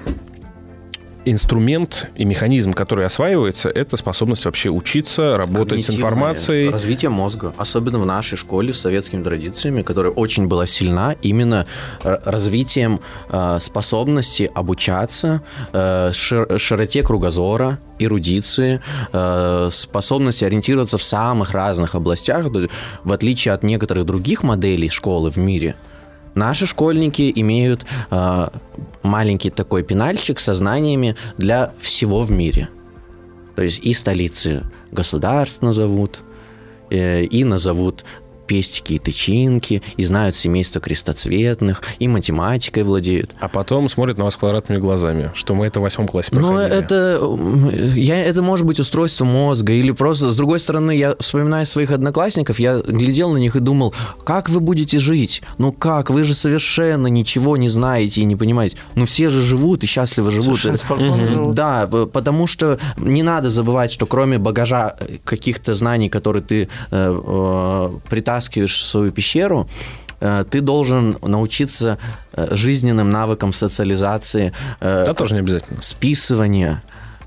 инструмент и механизм, который осваивается, это способность вообще учиться, работать с Когнитивное информацией. Развитие мозга, особенно в нашей школе с советскими традициями, которая очень была сильна именно р- развитием э, способности обучаться, э, шир- широте кругозора, эрудиции, э, способности ориентироваться в самых разных областях, то есть, в отличие от некоторых других моделей школы в мире. Наши школьники имеют э, маленький такой пенальчик со знаниями для всего в мире. То есть и столицы государств назовут, э, и назовут пестики и тычинки, и знают семейство крестоцветных, и математикой владеют. А потом смотрят на вас квадратными глазами, что мы это в восьмом классе проходили. Но это, я, это может быть устройство мозга, или просто, с другой стороны, я вспоминаю своих одноклассников, я глядел на них и думал, как вы будете жить? Ну как? Вы же совершенно ничего не знаете и не понимаете. Ну все же живут и счастливо живут. Угу. Да, потому что не надо забывать, что кроме багажа каких-то знаний, которые ты э, э, притаскиваешь в свою пещеру, ты должен научиться жизненным навыкам социализации, да, тоже не обязательно. Списывания,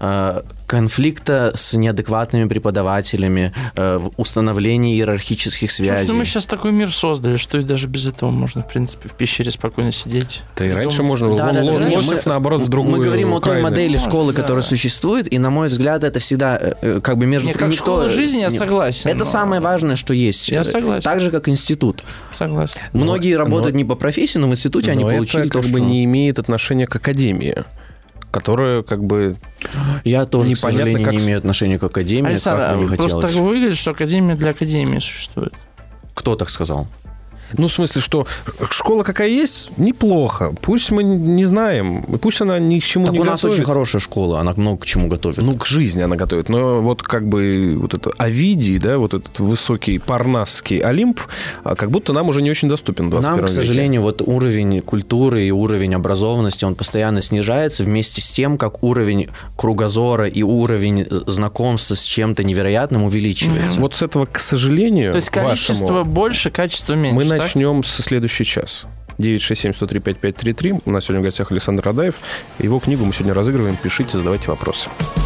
конфликта с неадекватными преподавателями, установления иерархических связей. Слушай, ну мы сейчас такой мир создали, что и даже без этого можно, в принципе, в пещере спокойно сидеть. Да и раньше можно было. Да, да, да, Лосев, наоборот, в другую Мы говорим о той крайность. модели школы, Да. которая существует, и, на мой взгляд, это всегда как бы между... Не, как никто- школа жизни, я не- согласен. Это но- самое важное, что есть. Я согласен. Так же, как институт. Согласен. Многие работают но- не по профессии, но в институте они Но получили это как то, бы что... не имеет отношения к академии, которая как бы... Я тоже, непонятно, к сожалению, как не с- имею отношения к академии, Александр, как бы не просто хотелось. так выглядит, что академия для академии существует. Кто так сказал? Ну, в смысле, что школа какая есть, неплохо. Пусть мы не знаем, пусть она ни к чему Так не у нас готовит. очень хорошая школа, она много к чему готовит. Ну, к жизни она готовит. Но вот как бы вот это Овидий, да, вот этот высокий парнасский Олимп, а, как будто нам уже не очень доступен в двадцать Нам, первом к веке. сожалению, вот уровень культуры и уровень образованности, он постоянно снижается вместе с тем, как уровень кругозора и уровень знакомства с чем-то невероятным увеличивается. Вот с этого, к сожалению, То есть к вашему, количество больше, качество меньше. мы так? начнем со следующий час. девять шесть семь сто три пять пять три три. У нас сегодня в гостях Александр Радаев. Его книгу мы сегодня разыгрываем. Пишите, задавайте вопросы.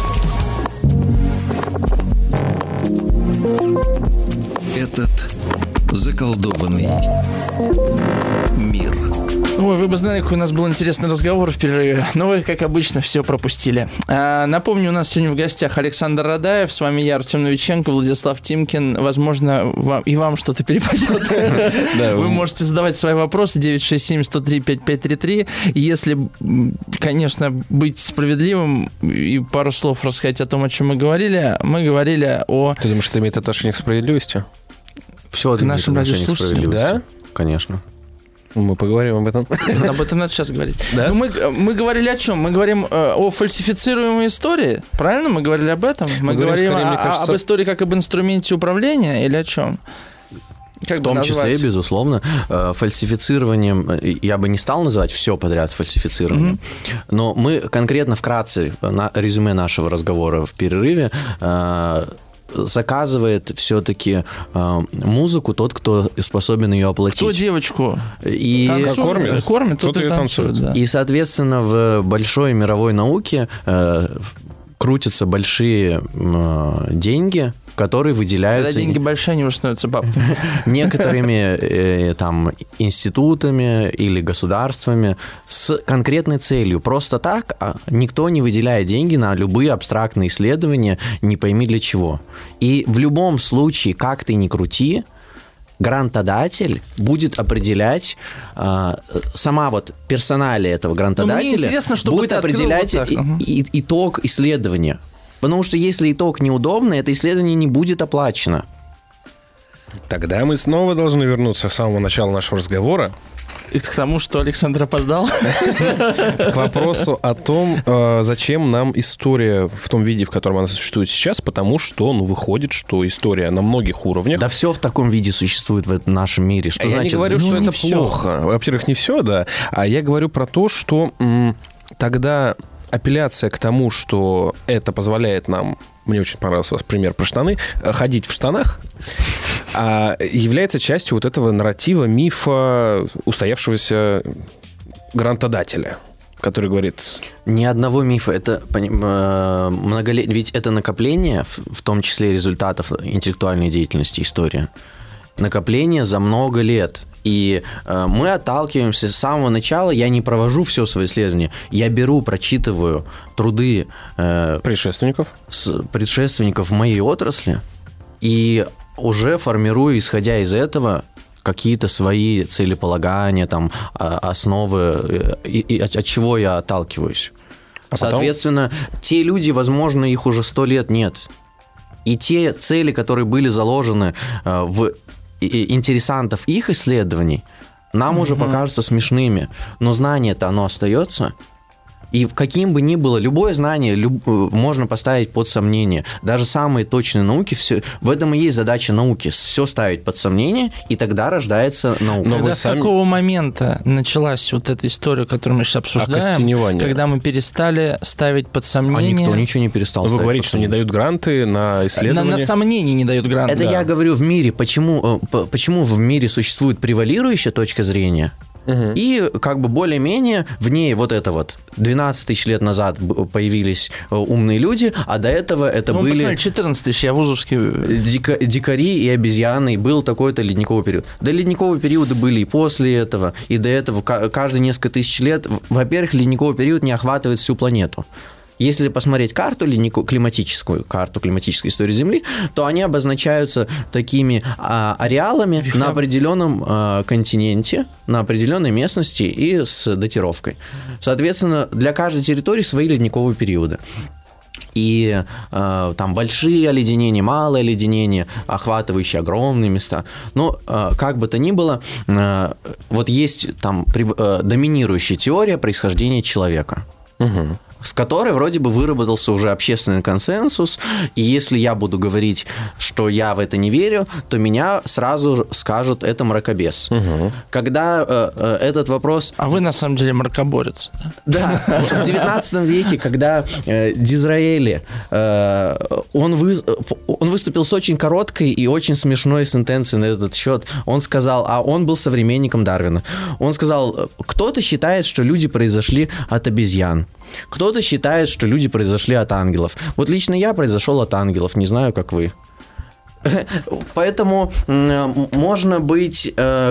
Этот заколдованный мир. Ой, вы бы знали, какой у нас был интересный разговор в перерыве. Но вы, как обычно, все пропустили. А, напомню, у нас сегодня в гостях Александр Радаев. С вами я, Артем Новиченко, Владислав Тимкин. Возможно, вам, и вам что-то перепадет. Вы можете задавать свои вопросы. девять шесть семь сто три пять пять три три. Если, конечно, быть справедливым и пару слов рассказать о том, о чем мы говорили, мы говорили о... Ты думаешь, это имеет отношение к справедливости? Все К нашим радиослушателям, да? Конечно. Мы поговорим об этом. Об этом надо сейчас говорить. Да? Ну, мы, мы говорили о чем? Мы говорим э, о фальсифицируемой истории. Правильно? Мы говорили об этом? Мы, Мы говорим, говорим скорее, о- мне кажется- об истории как об инструменте управления или о чем? Как В бы том назвать? числе, безусловно, э, фальсифицированием, э, я бы не стал называть все подряд фальсифицированием, но мы конкретно вкратце на резюме нашего разговора в перерыве э, заказывает все-таки э, музыку тот, кто способен ее оплатить. Кто девочку И, танцует, кормит, кормит, тот тот и и танцует. танцует. Да. и, соответственно, в большой мировой науке э, крутятся большие э, деньги, которые Когда выделяются деньги большие, они уже становятся бабками. некоторыми э, там институтами или государствами с конкретной целью. Просто так а, никто не выделяет деньги на любые абстрактные исследования, не пойми для чего. И в любом случае, как ты ни крути, грантодатель будет определять, э, сама вот персоналия этого грантодателя интересно, чтобы будет ты открыл определять вот так, и- ага. и- итог исследования. Потому что если итог неудобный, это исследование не будет оплачено. Тогда мы снова должны вернуться с самого начала нашего разговора И к тому, что Александр опоздал. к вопросу о том, э, зачем нам история в том виде, в котором она существует сейчас, потому что, ну, выходит, что история на многих уровнях. Да все в таком виде существует в этом нашем мире. Что я значит, не говорю, ну, что не это всё. плохо. Во-первых, не все, да. А я говорю про то, что м, тогда апелляция к тому, что это позволяет нам, мне очень понравился у вас пример про штаны, э, ходить в штанах, а, является частью вот этого нарратива, мифа устоявшегося грантодателя, который говорит... Ни одного мифа. Это поним- э, многолет... Ведь это накопление, в в том числе результатов интеллектуальной деятельности, история. Накопление за много лет. И э, мы отталкиваемся с самого начала. Я не провожу все свои исследования. Я беру, прочитываю труды э, Предшественников. с предшественников в моей отрасли и уже формирую, исходя из этого, какие-то свои целеполагания, там, основы, и, и от, от чего я отталкиваюсь. А Соответственно, потом... те люди, возможно, их уже сто лет нет. И те цели, которые были заложены в интересантов их исследований, нам mm-hmm. уже покажутся смешными. Но знание-то, оно остается. И каким бы ни было, любое знание люб, можно поставить под сомнение. Даже самые точные науки, все, в этом и есть задача науки. Все ставить под сомнение, и тогда рождается наука. Но Когда с сами... какого момента началась вот эта история, которую мы сейчас обсуждаем, когда мы перестали ставить под сомнение... А никто ничего не перестал Вы ставить. Вы говорите, что не дают гранты на исследования? На, на сомнение не дают гранты. Это да. я говорю в мире. Почему, почему в мире существует превалирующая точка зрения? Угу. И как бы более-менее в ней вот это вот двенадцать тысяч лет назад появились умные люди, а до этого это ну, были... посмотри, четырнадцать тысяч, я вузовский... Дика- дикари и обезьяны, и был такой-то ледниковый период. Да, ледниковые периоды были и после этого, и до этого каждые несколько тысяч лет. Во-первых, ледниковый период не охватывает всю планету. Если посмотреть карту, климатическую карту климатической истории Земли, то они обозначаются такими а, ареалами Вихря. на определенном а, континенте, на определенной местности и с датировкой. Соответственно, для каждой территории свои ледниковые периоды. И э, там большие оледенения, малые оледенения, охватывающие огромные места. Но э, как бы то ни было, э, вот есть там при, э, доминирующая теория происхождения человека. Угу. С которой вроде бы выработался уже общественный консенсус, и если я буду говорить, что я в это не верю, то меня сразу скажут, это мракобес. Угу. Когда э, э, этот вопрос... А вы на самом деле мракоборец. Да, в девятнадцатом веке, когда э, Дизраэли, э, он, вы, он выступил с очень короткой и очень смешной сентенцией на этот счет. Он сказал, а он был современником Дарвина, он сказал, кто-то считает, что люди произошли от обезьян. Кто-то считает, что люди произошли от ангелов. Вот лично я произошел от ангелов, не знаю, как вы. Поэтому можно быть...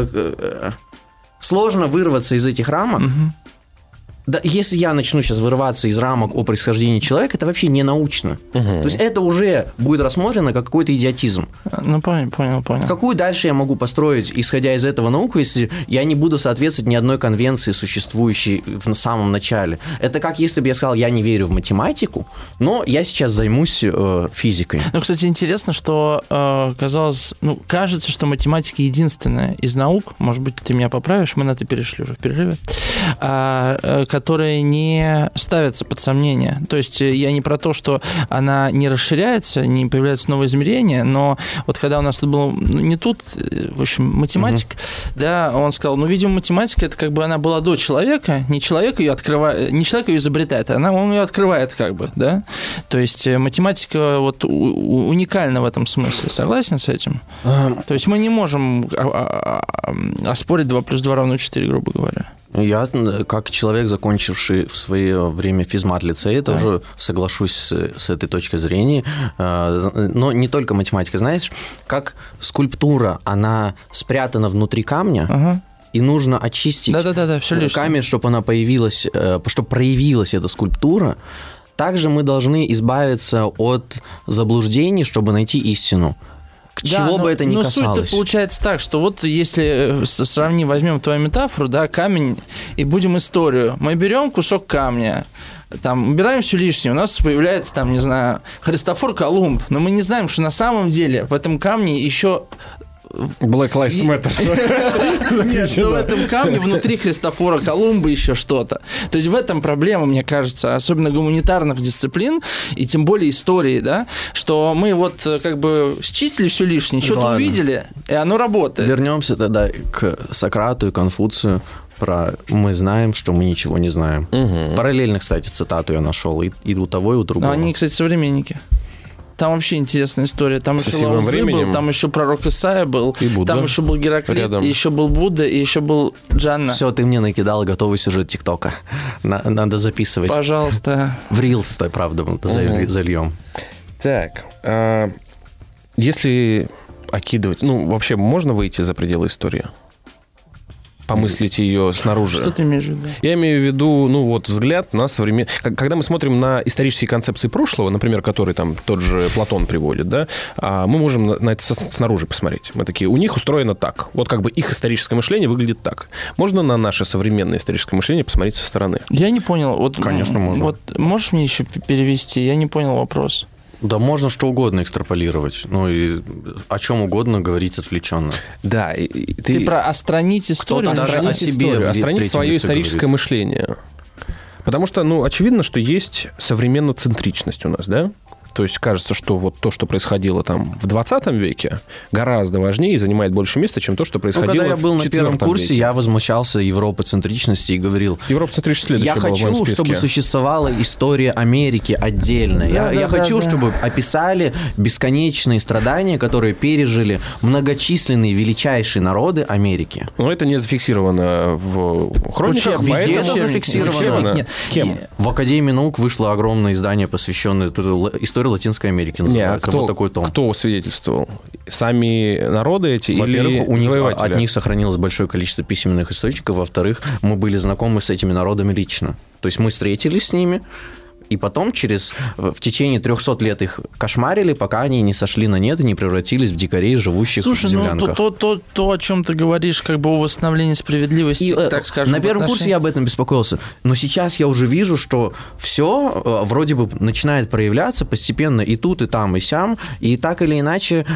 Сложно вырваться из этих рамок. Угу. Да, если я начну сейчас вырываться из рамок о происхождении человека, это вообще не научно. Угу. То есть это уже будет рассмотрено как какой-то идиотизм. Ну, понял, понял, понял. Какую дальше я могу построить, исходя из этого, науку, если я не буду соответствовать ни одной конвенции, существующей в самом начале? Это как если бы я сказал, я не верю в математику, но я сейчас займусь э, физикой. Ну, кстати, интересно, что э, казалось, ну, кажется, что математика единственная из наук, может быть, ты меня поправишь, мы на это перешли уже в перерыве, а, которые не ставятся под сомнение. То есть я не про то, что она не расширяется, не появляются новые измерения, но вот когда у нас тут был, ну, не тут, в общем, математик, uh-huh. да, он сказал, ну, видимо, математика, это как бы она была до человека, не человек ее открывает, не человек ее изобретает, она, он ее открывает как бы, да. То есть математика вот уникальна в этом смысле. Согласен с этим? Uh-huh. То есть мы не можем оспорить два плюс два равно четыре, грубо говоря. Я, как человек, закончивший в свое время физмат-лицей, да. тоже соглашусь с, с этой точки зрения. Но не только математика. Знаешь, как скульптура, она спрятана внутри камня, ага. и нужно очистить Да-да-да, все лишнее. камень, чтобы она появилась, чтобы проявилась эта скульптура. Также мы должны избавиться от заблуждений, чтобы найти истину. К да, чего но, бы это ни но касалось. Суть-то получается так, что вот если сравним, возьмем твою метафору, да, камень, и будем историю. Мы берем кусок камня, там, убираем все лишнее, у нас появляется, там, не знаю, Христофор Колумб, но мы не знаем, что на самом деле в этом камне еще... Black Lives Matter. Нет, но в этом камне внутри Христофора Колумба еще что-то. То есть в этом проблема, мне кажется, особенно гуманитарных дисциплин, и тем более истории, да, что мы вот как бы счистили все лишнее, что-то увидели, и оно работает. Вернемся тогда к Сократу и Конфуцию. Про «мы знаем, что мы ничего не знаем». Угу. Параллельно, кстати, цитату я нашел и, и у того, и у другого. Но они, кстати, современники. Там вообще интересная история. Там еще Лао Цзы был, там еще пророк Исаия был, там еще был Гераклит, рядом. И еще был Будда, и еще был Джанна. Все, ты мне накидал готовый сюжет ТикТока. Надо записывать. Пожалуйста. В Рилс-то, правда, угу. зальем. Так, а если окидывать... Ну, вообще, можно выйти за пределы истории? помыслить ее снаружи. Что ты имеешь в виду? Я имею в виду, ну, вот взгляд на современный... Когда мы смотрим на исторические концепции прошлого, например, который там тот же Платон приводит, да, мы можем на это снаружи посмотреть. Мы такие, у них устроено так. Вот как бы их историческое мышление выглядит так. Можно на наше современное историческое мышление посмотреть со стороны? Я не понял. Вот, Конечно, можно. Вот можешь мне еще перевести? Я не понял вопрос. Да можно что угодно экстраполировать. Ну и о чем угодно говорить отвлеченно. Да. И, и ты... ты про остранить историю? Остранить о себе, историю, остранить свое историческое говорит. мышление. Потому что, ну, очевидно, что есть современно-центричность у нас, да? То есть кажется, что вот то, что происходило там в двадцатом веке, гораздо важнее и занимает больше места, чем то, что происходило в четвёртом веке. Ну, когда я был на первом курсе, веке. я возмущался европоцентричности и говорил... Европоцентричность следующая Я была хочу, в моем списке. чтобы существовала история Америки отдельная. Да, я да, я да, хочу, да. чтобы описали бесконечные страдания, которые пережили многочисленные величайшие народы Америки. Но это не зафиксировано в хрониках. Везде поэтому... это зафиксировано. Нет. Кем? В Академии наук вышло огромное издание, посвященное истории Латинской Америки. Не, а кто, кто, вот такой том. кто свидетельствовал? Сами народы эти Во-первых, или у них, завоеватели? от них сохранилось большое количество письменных источников. Во-вторых, мы были знакомы с этими народами лично. То есть мы встретились с ними, и потом через, в течение трехсот лет их кошмарили, пока они не сошли на нет и не превратились в дикарей, живущих Слушай, в землянках. ну, то, то, то, то, о чем ты говоришь, как бы о восстановлении справедливости, И, так скажем. на первом отношении... курсе я об этом беспокоился. Но сейчас я уже вижу, что все вроде бы начинает проявляться постепенно и тут, и там, и сям. И так или иначе...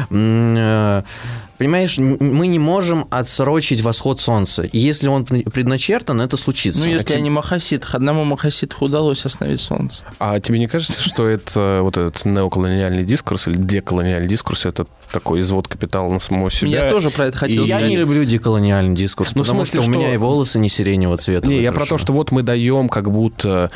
Понимаешь, мы не можем отсрочить восход солнца. И если он предначертан, это случится. Ну, если а они махасидах. Одному махасидху удалось остановить солнце. А тебе не кажется, что это вот этот неоколониальный дискурс или деколониальный дискурс, это такой извод капитала на самого себя? Я тоже про это хотел и сказать. Я не люблю деколониальный дискурс, ну, потому смысле, что, что у меня и волосы не сиреневого цвета. Не, я про то, что вот мы даем как будто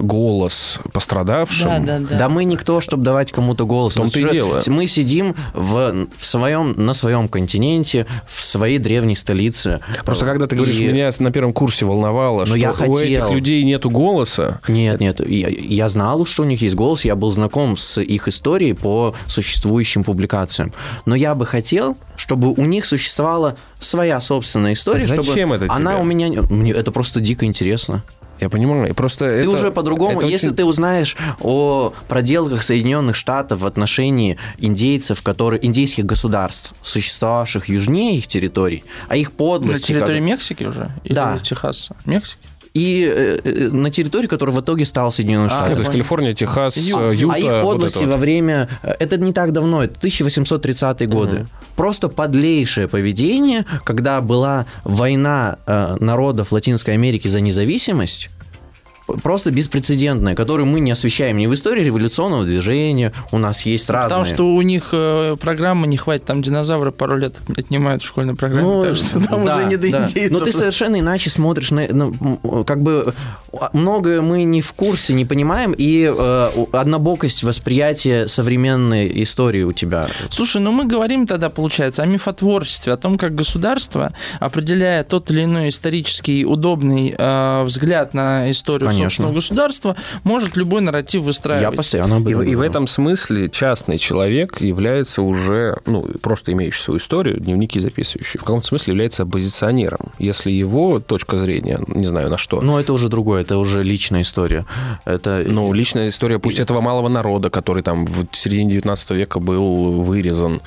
голос пострадавшим. Да, да, да. Да мы никто, чтобы давать кому-то голос. В том-то и дело. Мы сидим в, в своем, на своем континенте, в своей древней столице. Просто когда ты говоришь, и... меня на первом курсе волновало, что я у хотел... этих людей нету голоса. Нет, нет, я, я знал, что у них есть голос, я был знаком с их историей по существующим публикациям. Но я бы хотел, чтобы у них существовала своя собственная история, Зачем чтобы это тебе? она у меня... Мне это просто дико интересно. Я понимаю, просто Ты это, уже по-другому, это если очень... ты узнаешь о проделках Соединенных Штатов в отношении индейцев, которые, индейских государств, существовавших южнее их территорий, а их подлости... На территории как... Мексики уже? Или Да. Техаса? Мексики? И э, на территории, которая в итоге стала Соединенные А, Штаты. То есть Калифорния, Техас, Ю- Юта. А их подлости вот это во вот. время... Это не так давно, это тысяча восемьсот тридцатые годы. Угу. Просто подлейшее поведение, когда была война э, народов Латинской Америки за независимость, просто беспрецедентная, которую мы не освещаем ни в истории революционного движения, у нас есть разные... Потому что у них э, программы не хватит, там динозавры пару лет отнимают в школьной программе, Ну, так что там да, уже не до да. индейцев. Но ты совершенно иначе смотришь на, на- как бы многое мы не в курсе, не понимаем, и э, однобокость восприятия современной истории у тебя. Слушай, ну мы говорим тогда, получается, о мифотворчестве, о том, как государство, определяя тот или иной исторический удобный э, взгляд на историю Конечно. собственного государства, может любой нарратив выстраивать. Я постоянно об И, этом в- и в говорю. этом смысле частный человек является уже, ну, просто имеющий свою историю, дневники записывающий, в каком-то смысле является оппозиционером. Если его точка зрения, не знаю на что. Но это уже другое, это уже личная история. Это... Ну, личная история, пусть этого малого народа, который там в середине девятнадцатого века был вырезан.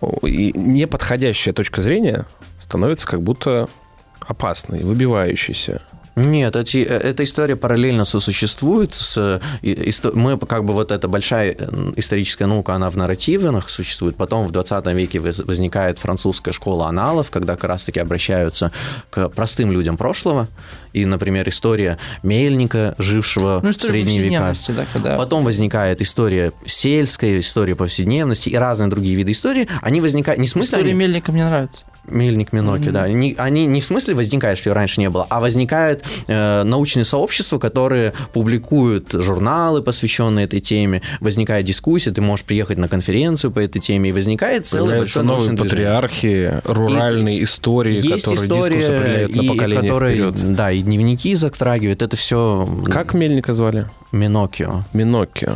И неподходящая точка зрения становится как будто опасной, выбивающейся. Нет, эти, эта история параллельно сосуществует с... исто- Мы как бы вот эта большая историческая наука, она в нарративах существует. Потом в двадцатом веке воз- возникает французская школа аналов, когда как раз-таки обращаются к простым людям прошлого. И, например, история мельника, жившего Ну, в история средние века. повседневности, да, когда... Потом возникает история сельская, история повседневности и разные другие виды истории. Они возникают... Не в смысле История они... Мельника мне нравится. Мельник, Миноки, mm-hmm. да. Они, они не в смысле возникают, что ее раньше не было, а возникают э, научные сообщества, которые публикуют журналы, посвященные этой теме, возникает дискуссия, ты можешь приехать на конференцию по этой теме, и возникает целое большое новые научное движение. патриархи, руральные истории, Есть которые история, дискурс определяют на и, поколение которые, вперед. да, и дневники затрагивают, это все... Как Мельника звали? Минокио. Миноккио.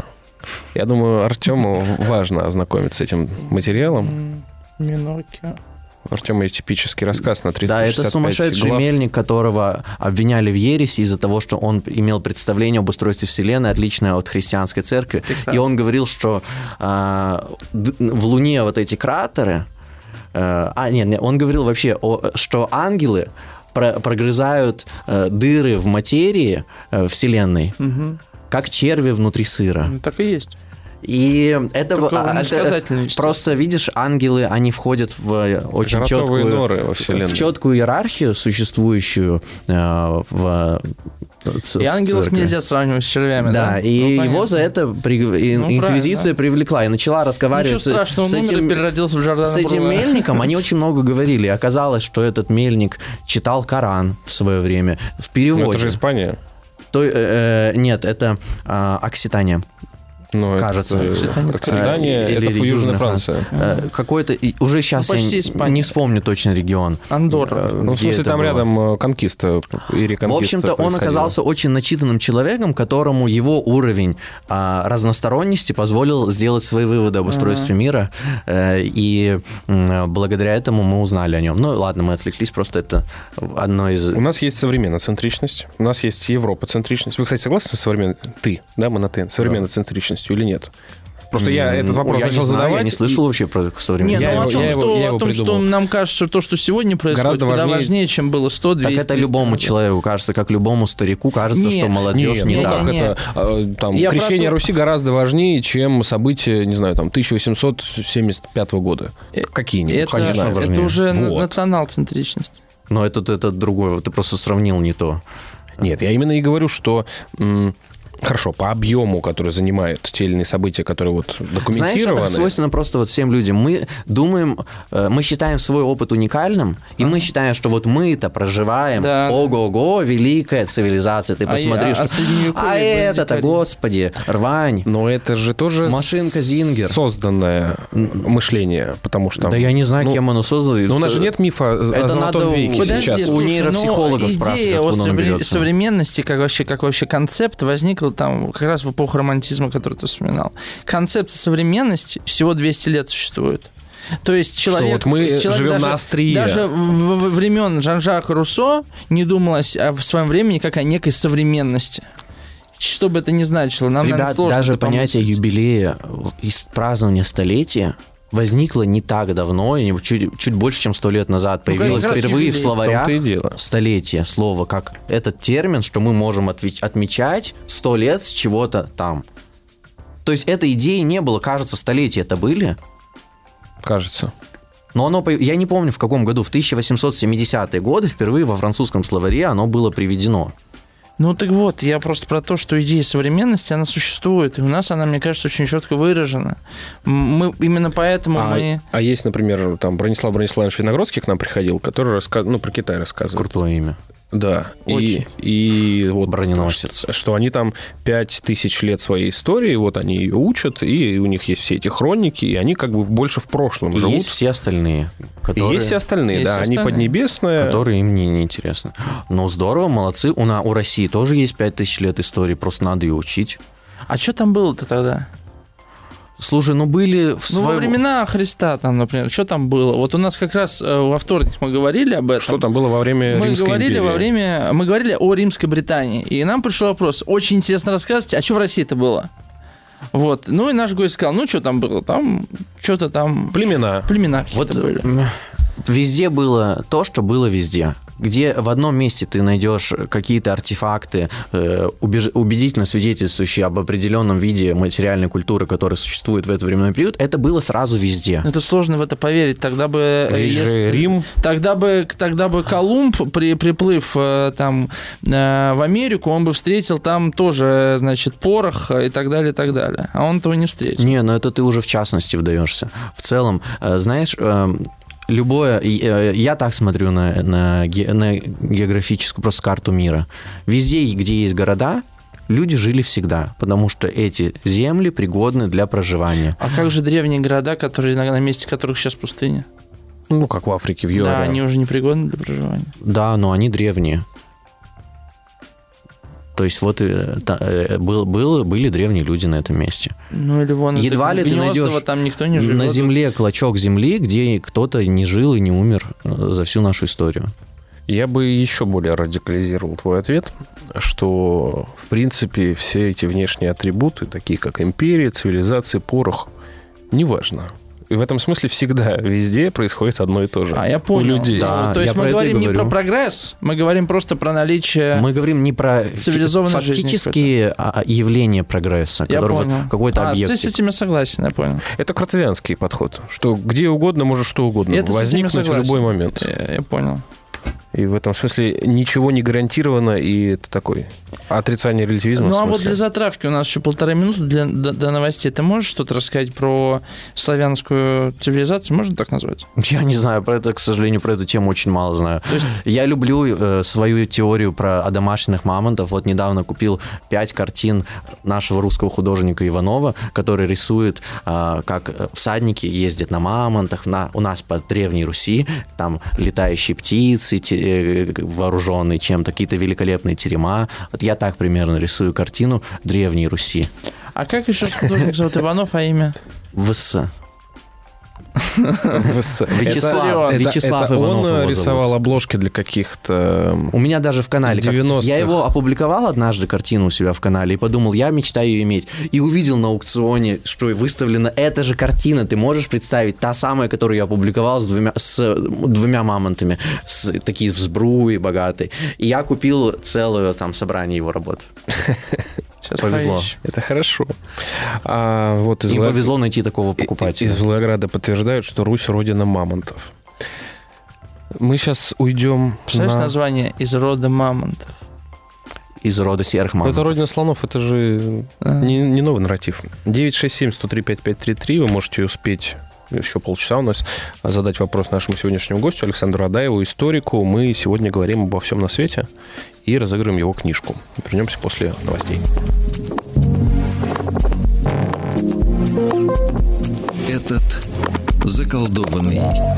Я думаю, Артему важно ознакомиться с этим материалом. Минокио. У Артема есть типический рассказ на триста Да, шестьдесят пять это сумасшедший глав. мельник, которого обвиняли в ереси из-за того, что он имел представление об устройстве Вселенной, отличное от христианской церкви. Прекрасно. И он говорил, что а, д- в Луне вот эти кратеры... А, а нет, нет, он говорил вообще, о, что ангелы про- прогрызают э, дыры в материи э, Вселенной, Угу. как черви внутри сыра. Ну, так и есть. И это, Только а, это иносказательные вещества. просто, видишь, ангелы, они входят в очень Готовые четкую, норы во Вселенной. в четкую иерархию, существующую э, в И ангелов церкви. нельзя сравнивать с червями, да? Да, и Ну, его понятно. за это при- и- Ну, инквизиция правильно. привлекла и начала разговаривать Ничего с, страшного, с он умер и этим, переродился в Джордана с этим Бруно. мельником. Они очень много говорили. Оказалось, что этот мельник читал Коран в свое время в Ну, переводе. это же Испания. То, э, э, нет, это э, Окситания. Ну, Кажется. это- Окситания. Окситания, Или это Южная Южная Франция. Э, Какой-то и- уже сейчас Ну, почти я Испания. не вспомню точно регион. Андорра. Э, Ну, в где смысле, это там было. рядом э, конкиста и реконкиста В общем-то, он происходила. оказался очень начитанным человеком, которому его уровень а, разносторонности позволил сделать свои выводы об устройстве мира. Э, и м, благодаря этому мы узнали о нем. Ну, ладно, мы отвлеклись, просто это одно из... У нас есть современноцентричность, у нас есть европоцентричность. Вы, кстати, согласны с современной... Ты, да, мы на ты. Современноцентричностью или нет? Просто я этот вопрос я начал не знаю, задавать. Я не слышал вообще про Нет, современность. Я ну его- о том, я его- что, я о его том что придумал. нам кажется, то, что сегодня происходит, Гораздо куда важнее- важнее, чем было сто, Так двести, это триста любому лет. человеку кажется, как любому старику кажется, Нет. что молодежь Нет, не ну не, так. как не. это, э, там, Я про крещение то- Руси гораздо важнее, чем события, не знаю, там, тысяча восемьсот семьдесят пятого года. Э, Какие-нибудь. Это, Конечно, это важнее. уже Вот. национал-центричность. Но это, это другое, ты просто сравнил не то. Нет, я именно и говорю, что... м, Хорошо, по объему, который занимает те или иные события, которые вот Знаешь, документированы. это свойственно просто вот всем людям. Мы думаем, э, мы считаем свой опыт уникальным, и мы считаем, что вот мы-то проживаем, Да. ого-го, великая цивилизация. Ты А и- посмотри, а- что... а Средневековье А были это-то, дикари. господи, рвань. Но это же тоже Машинка с- Зингер. созданное мышление, потому что... Да я не знаю, ну, кем оно создано. и Но у нас что- же нет мифа о Это золотом надо веке у- Подожди, сейчас. у слушай, нейропсихологов но спрашивать, идея откуда о он совре- берется. современности, как вообще, как вообще концепт, возникла там как раз в эпоху романтизма, который ты вспоминал. Концепция современности всего двести лет существует. То есть человек... вот мы человек живем даже, на острие. Даже во времен Жан-Жака Руссо не думалось о- в своем времени как о некой современности. Что бы это ни значило, нам, наверное, Ребят, сложно даже это понятие помыслить. юбилея из празднования столетия возникло не так давно, и чуть, чуть больше, чем сто лет назад. Ну, Появилось как раз впервые юбилей. в словарях В том-то и дело. столетие, слово, как этот термин, что мы можем отвеч- отмечать сто лет с чего-то там. То есть этой идеи не было, кажется, столетия это были, Кажется. но оно, по- я не помню в каком году, в тысяча восемьсот семидесятые годы впервые во французском словаре оно было приведено. Ну так вот, я просто про то, что идея современности, она существует, и у нас она, мне кажется, очень четко выражена. М, Мы именно поэтому А, мы... а есть, например, там Бронислав Брониславович Виногродский к нам приходил, который раска... ну, про Китай рассказывает. Крутое имя. Да. Очень. И, и вот Броненосец. Что, что они там пять тысяч лет своей истории, вот они ее учат, и у них есть все эти хроники, и они как бы больше в прошлом И живут. есть все остальные, И которые... есть все остальные, Есть да, все они остальные. поднебесные. которые им не, не интересно. Ну, здорово, молодцы. У, на, у России тоже есть пять тысяч лет истории, просто надо ее учить. А что там было-то тогда? Слушай, ну были в Ну, своем... во времена Христа там, например, что там было? Вот у нас как раз э, во вторник мы говорили об этом. Что там было во время Мы Римской говорили империи? во время... Мы говорили о Римской Британии. И нам пришел вопрос. Очень интересно рассказывать, а что в России-то было? Вот. Ну, и наш гость сказал, ну, что там было? Там что-то там... Племена. Племена Вот какие-то были. м, везде было то, что было везде. Где в одном месте ты найдешь какие-то артефакты, э, убеж- убедительно свидетельствующие об определенном виде материальной культуры, которая существует в этот временной период, это было сразу везде. Это сложно в это поверить. Тогда бы... э, Есть же если- Рим. Тогда бы, тогда бы Колумб, при, приплыв э, там э, в Америку, он бы встретил там тоже, значит, порох и так далее, и так далее. А он этого не встретил. Не, ну это ты уже в частности вдаешься. В целом, э, знаешь, э, любое... э, Я так смотрю на, на, ге- на географическую просто карту мира. Везде, где есть города, люди жили всегда, потому что эти земли пригодны для проживания. А как же древние города, которые на, на месте которых сейчас пустыня? Ну, как в Африке, в Юаре. Да, они уже не пригодны для проживания. Да, но они древние. То есть вот та, был, был, были древние люди на этом месте. Ну или вон едва ли ты найдешь там никто не живет. На земле клочок земли, где кто-то не жил и не умер за всю нашу историю. Я бы еще более радикализировал твой ответ, что, в принципе, все эти внешние атрибуты, такие как империя, цивилизация, порох, неважно. И в этом смысле всегда, везде происходит одно и то же. А, я понял. У людей. Да, ну, то есть мы говорим не про прогресс, мы говорим просто про наличие Мы говорим не про цивилизованной фактические жизни, явления прогресса, я который понял. какой-то а, объект. Ты с этим я согласен, я понял. Это картезианский подход, что где угодно может что угодно это возникнуть в любой момент. Я, я понял. И в этом смысле ничего не гарантировано, и это такой отрицание релятивизма. Ну, а вот для затравки у нас еще полторы минуты для, до, до новостей. Ты можешь что-то рассказать про славянскую цивилизацию? Можно так назвать? Я не знаю, про это, к сожалению, про эту тему очень мало знаю. То есть... Я люблю э, свою теорию про одомашненных мамонтов. Вот недавно купил пять картин нашего русского художника Иванова, который рисует, э, как всадники ездят на мамонтах. На, у нас по Древней Руси там летающие птицы, те, вооруженные чем-то, какие-то великолепные терема. Вот я так примерно рисую картину Древней Руси. А как еще художник зовут Иванов, а имя? ВС. Вячеслав. Вячеслав это Иванов он рисовал зовут. Обложки для каких-то... У меня даже в канале. Как... Я его опубликовал однажды, картину у себя в канале, и подумал, я мечтаю ее иметь. И увидел на аукционе, что выставлена эта же картина. Ты можешь представить? Та самая, которую я опубликовал с двумя, с двумя мамонтами. С, такие в сбруе богатые. И я купил целое там собрание его работ. Сейчас повезло. поищу. Это хорошо. А, вот из Им Влад... повезло найти такого покупателя. Из Волгограда подтверждают, что Русь — родина мамонтов. Мы сейчас уйдем Представляешь на... название «Из рода мамонтов»? Из рода серых мамонтов. Это родина слонов, это же а. не, не новый нарратив. девять шесть семь сто три пять пять три три. Вы можете успеть еще полчаса у нас задать вопрос нашему сегодняшнему гостю Александру Адаеву, историку. Мы сегодня говорим обо всем на свете и разыграем его книжку. Вернемся после новостей. Этот заколдованный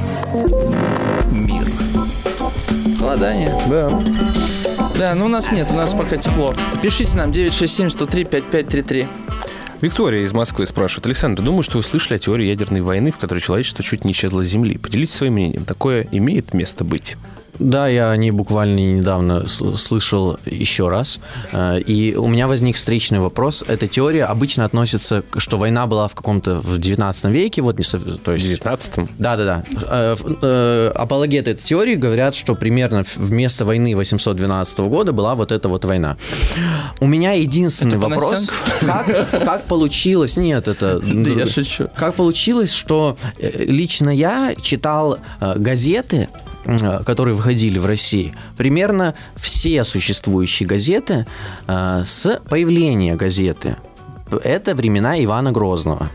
мир. Холодание? Да. Да, но у нас нет, у нас пока тепло. Пишите нам девять шесть семь сто три пять пять три три. Виктория из Москвы спрашивает. Александр, думаю, что вы слышали о теории ядерной войны, в которой человечество чуть не исчезло с Земли. Поделитесь своим мнением. Такое имеет место быть? Да, я о ней буквально недавно слышал еще раз. И у меня возник встречный вопрос. Эта теория обычно относится, что война была в каком-то в девятнадцатом веке. Вот не, то есть... В девятнадцатом? Да-да-да. Апологеты этой теории говорят, что примерно вместо войны восемьсот двенадцатого года была вот эта вот война. У меня единственный это вопрос. Как, как получилось... Нет, это... Да я шучу. Как получилось, что лично я читал газеты, которые выходили в России, примерно все существующие газеты э, с появления газеты. Это времена Ивана Грозного.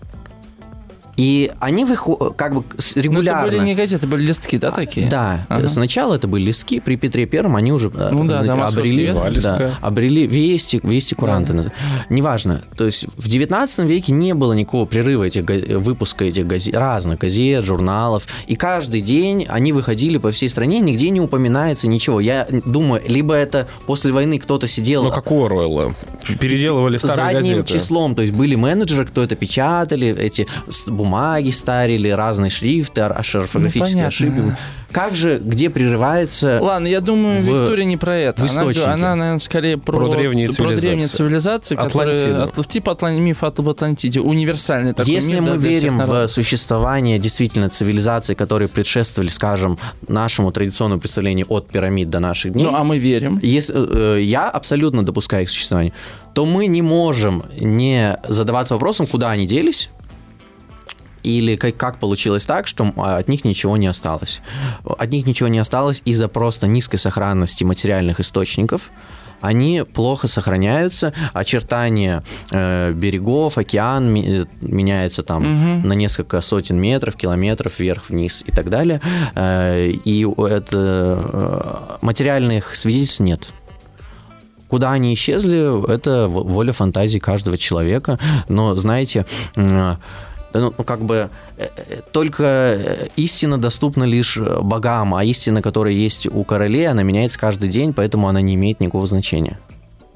И они выходят как бы регулярно. Но это были не газеты, были листки, да, такие? Да. Ага. Сначала это были листки, при Петре Первом они уже ну, да, обрели, да, обрели вести, вести куранты. Да. Неважно. То есть в девятнадцатом веке не было никакого прерыва этих выпуска этих газет, разных газет, журналов. И каждый день они выходили по всей стране, нигде не упоминается ничего. Я думаю, либо это после войны кто-то сидел... Ну, как у Оруэлла. Переделывали старые газеты. Задним числом. То есть были менеджеры, кто это печатали, эти бумаги старили, разные шрифты, орфографические ну, ошибки. Как же, где прерывается... Ладно, я думаю, в, Виктория не про это. Она, она, наверное, скорее про, про древние про цивилизации, древние цивилизации которые, от, типа Атлан, миф об Атлантиде, универсальный такой Если мир. мы да, верим в существование действительно цивилизаций, которые предшествовали, скажем, нашему традиционному представлению от пирамид до наших дней... Ну, а мы верим. Если, э, я абсолютно допускаю их существование. То мы не можем не задаваться вопросом, куда они делись, или как, как получилось так, что от них ничего не осталось. От них ничего не осталось из-за просто низкой сохранности материальных источников. Они плохо сохраняются, очертания э, берегов, океан ми- меняется там угу. на несколько сотен метров, километров вверх-вниз и так далее. Э, и это, э, материальных свидетельств нет. Куда они исчезли, это воля фантазии каждого человека. Но, знаете... Э, Ну, как бы только истина доступна лишь богам, а истина, которая есть у королей, она меняется каждый день, поэтому она не имеет никакого значения.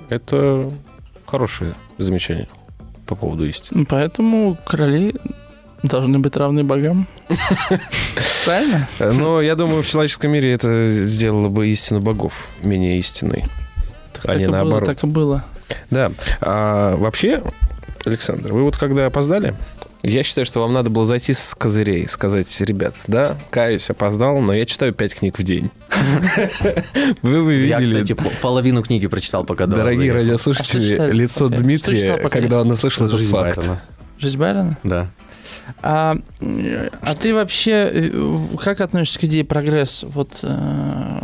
Это хорошее замечание по поводу истины. Поэтому короли должны быть равны богам. Правильно? Но я думаю, в человеческом мире это сделало бы истину богов менее истинной, а не наоборот. Так и было. Да. А вообще, Александр, вы вот когда опоздали, я считаю, что вам надо было зайти с козырей, сказать: ребят, да, каюсь, опоздал, но я читаю пять книг в день. Вы вы видели... Я, кстати, половину книги прочитал, пока до вас Дорогие доехал. радиослушатели, А лицо что читали? Дмитрия, Что читал, когда он услышал этот Жизнь факт. Байрона. Жизнь Байрона? Да. А, а ты вообще э, как относишься к идее прогресс? Вот, э...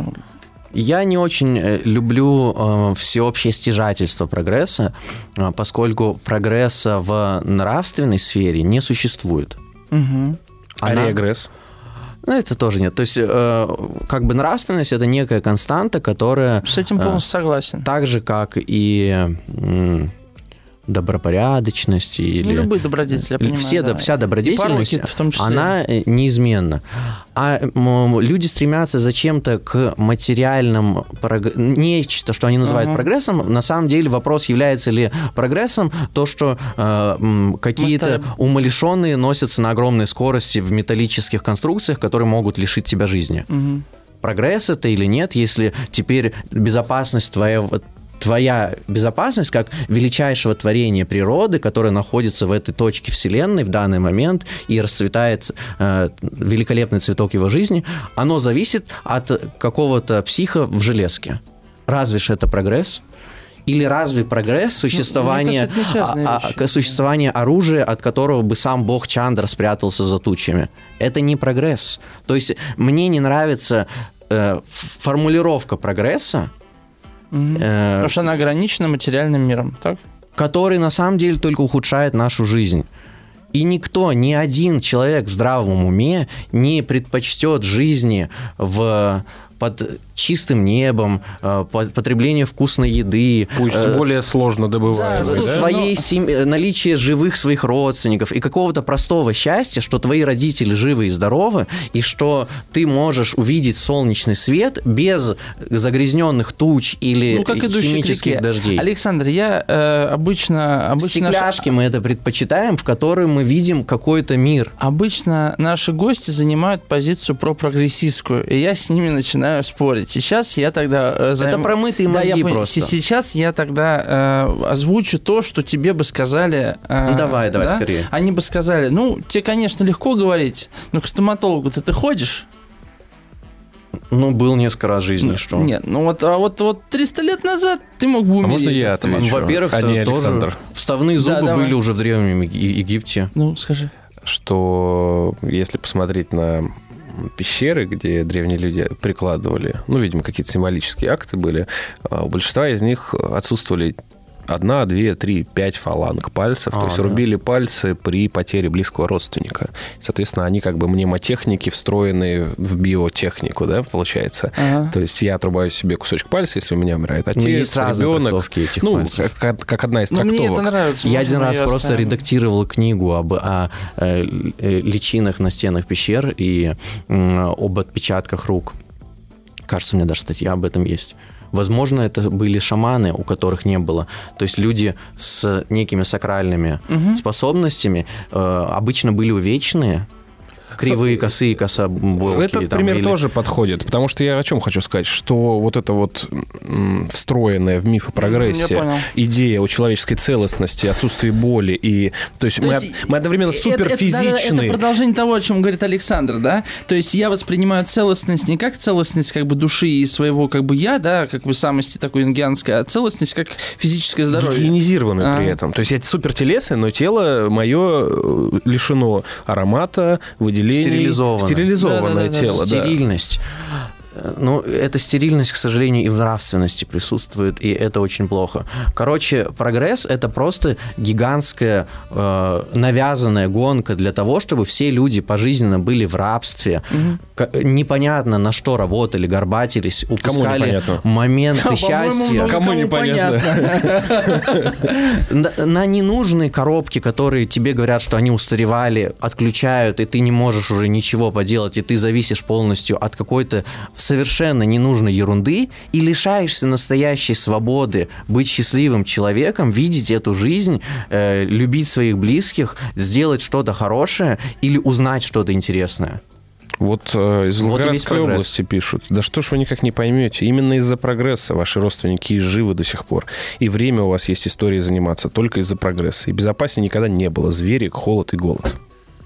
Я не очень э, люблю э, всеобщее стяжательство прогресса, э, поскольку прогресса в нравственной сфере не существует. Угу. А Она- регресс? Ну, это тоже нет. То есть, э, как бы нравственность — это некая константа, которая С этим полностью согласен. так же, как и м, добропорядочность или... Ну, любые добродетели, я понимаю. Все, да. вся И добродетельность, пороки в том числе. она э, неизменна. А м, люди стремятся зачем-то к материальным прог... нечто, что они называют Ага. прогрессом. На самом деле вопрос, является ли прогрессом то, что э, м, какие-то стали- умалишенные носятся на огромной скорости в металлических конструкциях, которые могут лишить тебя жизни. Мгм. Прогресс это или нет, если теперь безопасность твоя, твоя безопасность как величайшего творения природы, которое находится в этой точке Вселенной в данный момент и расцветает э, великолепный цветок его жизни, оно зависит от какого-то психа в железке. Разве же это прогресс? Или разве прогресс существование, мне кажется, это не связанные а- а- вещи. существование оружия, от которого бы сам бог Чандра спрятался за тучами? Это не прогресс. То есть мне не нравится э, ф- формулировка прогресса, Мгм. э, Потому что она ограничена материальным миром, так? который на самом деле только ухудшает нашу жизнь. И никто, ни один человек в здравом уме не предпочтет жизни в, под чистым небом, э, под потребление вкусной еды, Пусть э, более сложно добываемый, да, да? слушай, своей но- семьи, наличие живых своих родственников и какого-то простого счастья, что твои родители живы и здоровы, и что ты можешь увидеть солнечный свет без загрязненных туч или Ну, как идущий к химических реке. дождей. Александр, я э, обычно... обычно Стекляшки мы это предпочитаем, в которой мы видим какой-то мир. Обычно наши гости занимают позицию пропрогрессистскую, и я с ними начинаю спорить. Сейчас я тогда... э, займ- Это промытые Да, я мозги понял. просто. С- Сейчас я тогда э, озвучу то, что тебе бы сказали... э, Ну, давай, давай, да? скорее. Они бы сказали, ну, тебе, конечно, легко говорить, но к стоматологу-то ты ходишь? Ну, был несколько раз в жизни, что? Нет, ну вот, а вот, вот триста лет назад ты мог бы умереть. можно я от этого. отвечу? Во-первых, А это не тоже Александр. вставные зубы Да, давай. были уже в Древнем Еги- Египте. Ну, скажи. Что если посмотреть на пещеры, где древние люди прикладывали, ну, видимо, какие-то символические акты были, а у большинства из них отсутствовали одна, две, три, пять фаланг пальцев. А, то есть да. рубили пальцы при потере близкого родственника. Соответственно, они как бы мнемотехники, встроенные в биотехнику, да, получается. Ага. То есть я отрубаю себе кусочек пальца, если у меня умирает отец, Ну, есть разные ребенок. трактовки этих Ну, пальцев. как, как одна из Ну, мне трактовок. это нравится. Я можно один раз её просто оставим? редактировал книгу об о, э, э, личинах на стенах пещер и м, об отпечатках рук. Кажется, у меня даже статья об этом есть. Возможно, это были шаманы, у которых не было. То есть люди с некими сакральными Мгм. способностями э, обычно были увечные, кривые, косые, кособокие. Этот там, пример или- тоже подходит, потому что я о чем хочу сказать, что вот это вот м, встроенная в миф о прогрессе Я понял. идея о человеческой целостности, отсутствии боли, и то есть, То мы, есть од- мы одновременно это- это- да-да-да, суперфизичны. Это продолжение того, о чем говорит Александр, да? То есть я воспринимаю целостность не как целостность как бы души и своего как бы я, да, как бы самости такой ингианской, а целостность как физическое здоровье. Гигиенизированную при А. этом. То есть я супертелесный, но тело мое э, лишено аромата, выделений. Стерилизовано. Стерилизованное Да-да-да-да. тело, да. Стерильность. Ну, эта стерильность, к сожалению, и в нравственности присутствует, и это очень плохо. Короче, прогресс — это просто гигантская э, навязанная гонка для того, чтобы все люди пожизненно были в рабстве. К- непонятно, на что работали, горбатились, упускали непонятно? моменты А, по-моему, счастья. много Кому непонятно? На, на ненужные коробки, которые тебе говорят, что они устаревали, отключают, и ты не можешь уже ничего поделать, и ты зависишь полностью от какой-то совершенно ненужной ерунды и лишаешься настоящей свободы быть счастливым человеком, видеть эту жизнь, э, любить своих близких, сделать что-то хорошее или узнать что-то интересное. Вот э, из Вот Волгоградской области пишут. Да что ж вы никак не поймете. Именно из-за прогресса ваши родственники живы до сих пор. И время у вас есть историей заниматься только из-за прогресса. И безопаснее никогда не было. Звери, холод и голод.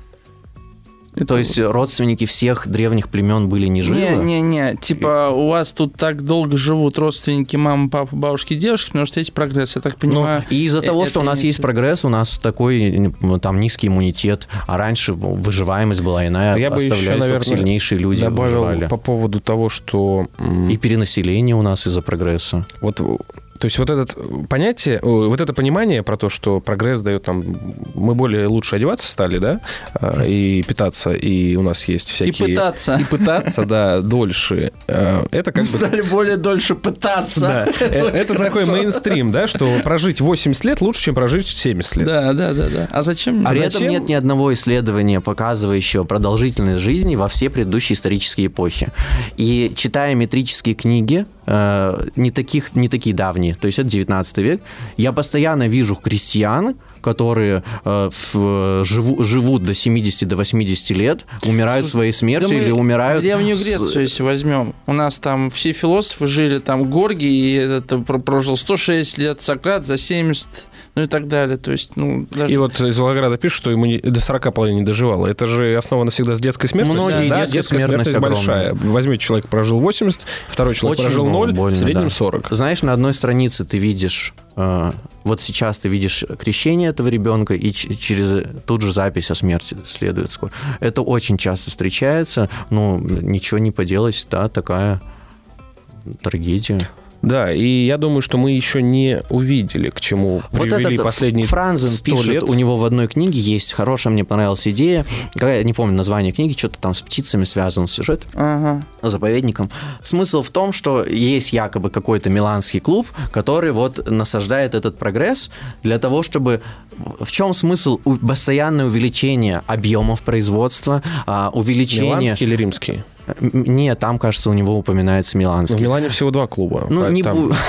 То есть родственники всех древних племен были не живы? Не-не-не, типа у вас тут так долго живут родственники мамы, папы, бабушки, девушки, потому что есть прогресс, я так понимаю. Ну, и из-за того, что у нас есть прогресс, у нас такой там низкий иммунитет, а раньше выживаемость была иная, я бы еще, наверное, сильнейшие люди добавил выживали. По поводу того, что... И перенаселение у нас из-за прогресса. Вот... То есть вот это понятие, вот это понимание про то, что прогресс дает нам... Мы более лучше одеваться стали, да, и питаться, и у нас есть всякие... И пытаться. И пытаться, да, дольше. Это как Мы бы... стали более дольше пытаться. Да. Это, это такой мейнстрим, да, что прожить восемьдесят лет лучше, чем прожить семьдесят лет. Да, да, да, да. А зачем? А При зачем? этом нет ни одного исследования, показывающего продолжительность жизни во все предыдущие исторические эпохи. И читая метрические книги, э, не, таких, не такие давние, то есть это девятнадцатый век, я постоянно вижу крестьян, которые э, в, живу, живут до семидесяти, до восьмидесяти лет, умирают Слушай, своей смертью да или умирают... Древнюю Грецию, с... если возьмем, у нас там все философы жили, там Горгий это, прожил сто шесть лет, Сократ за семьдесят, ну и так далее. То есть, ну, даже... И вот из Волгограда пишут, что ему не, до сорока половины не доживало. Это же основано всегда с детской смертностью. Многие да, детская, детская смертность, смертность большая. Возьмите, человек прожил восемьдесят, второй человек Очень прожил ноль, больно, в среднем да. сорок. Знаешь, на одной странице ты видишь, э, вот сейчас ты видишь крещение этого ребенка, и ч- через тут же запись о смерти следует скоро. Это очень часто встречается, но ничего не поделать, да, такая трагедия. Да, и я думаю, что мы еще не увидели, к чему вот привели этот последние Франзен сто пишет, лет. У него в одной книге есть хорошая, мне понравилась идея, я не помню название книги, что-то там с птицами связан сюжет, ага. заповедником. Смысл в том, что есть якобы какой-то миланский клуб, который вот насаждает этот прогресс для того, чтобы... В чем смысл? Постоянное увеличение объемов производства, увеличение... Миланский или римский? Нет, там, кажется, у него упоминается миланский. В Милане всего два клуба. Ну, а не там... буду.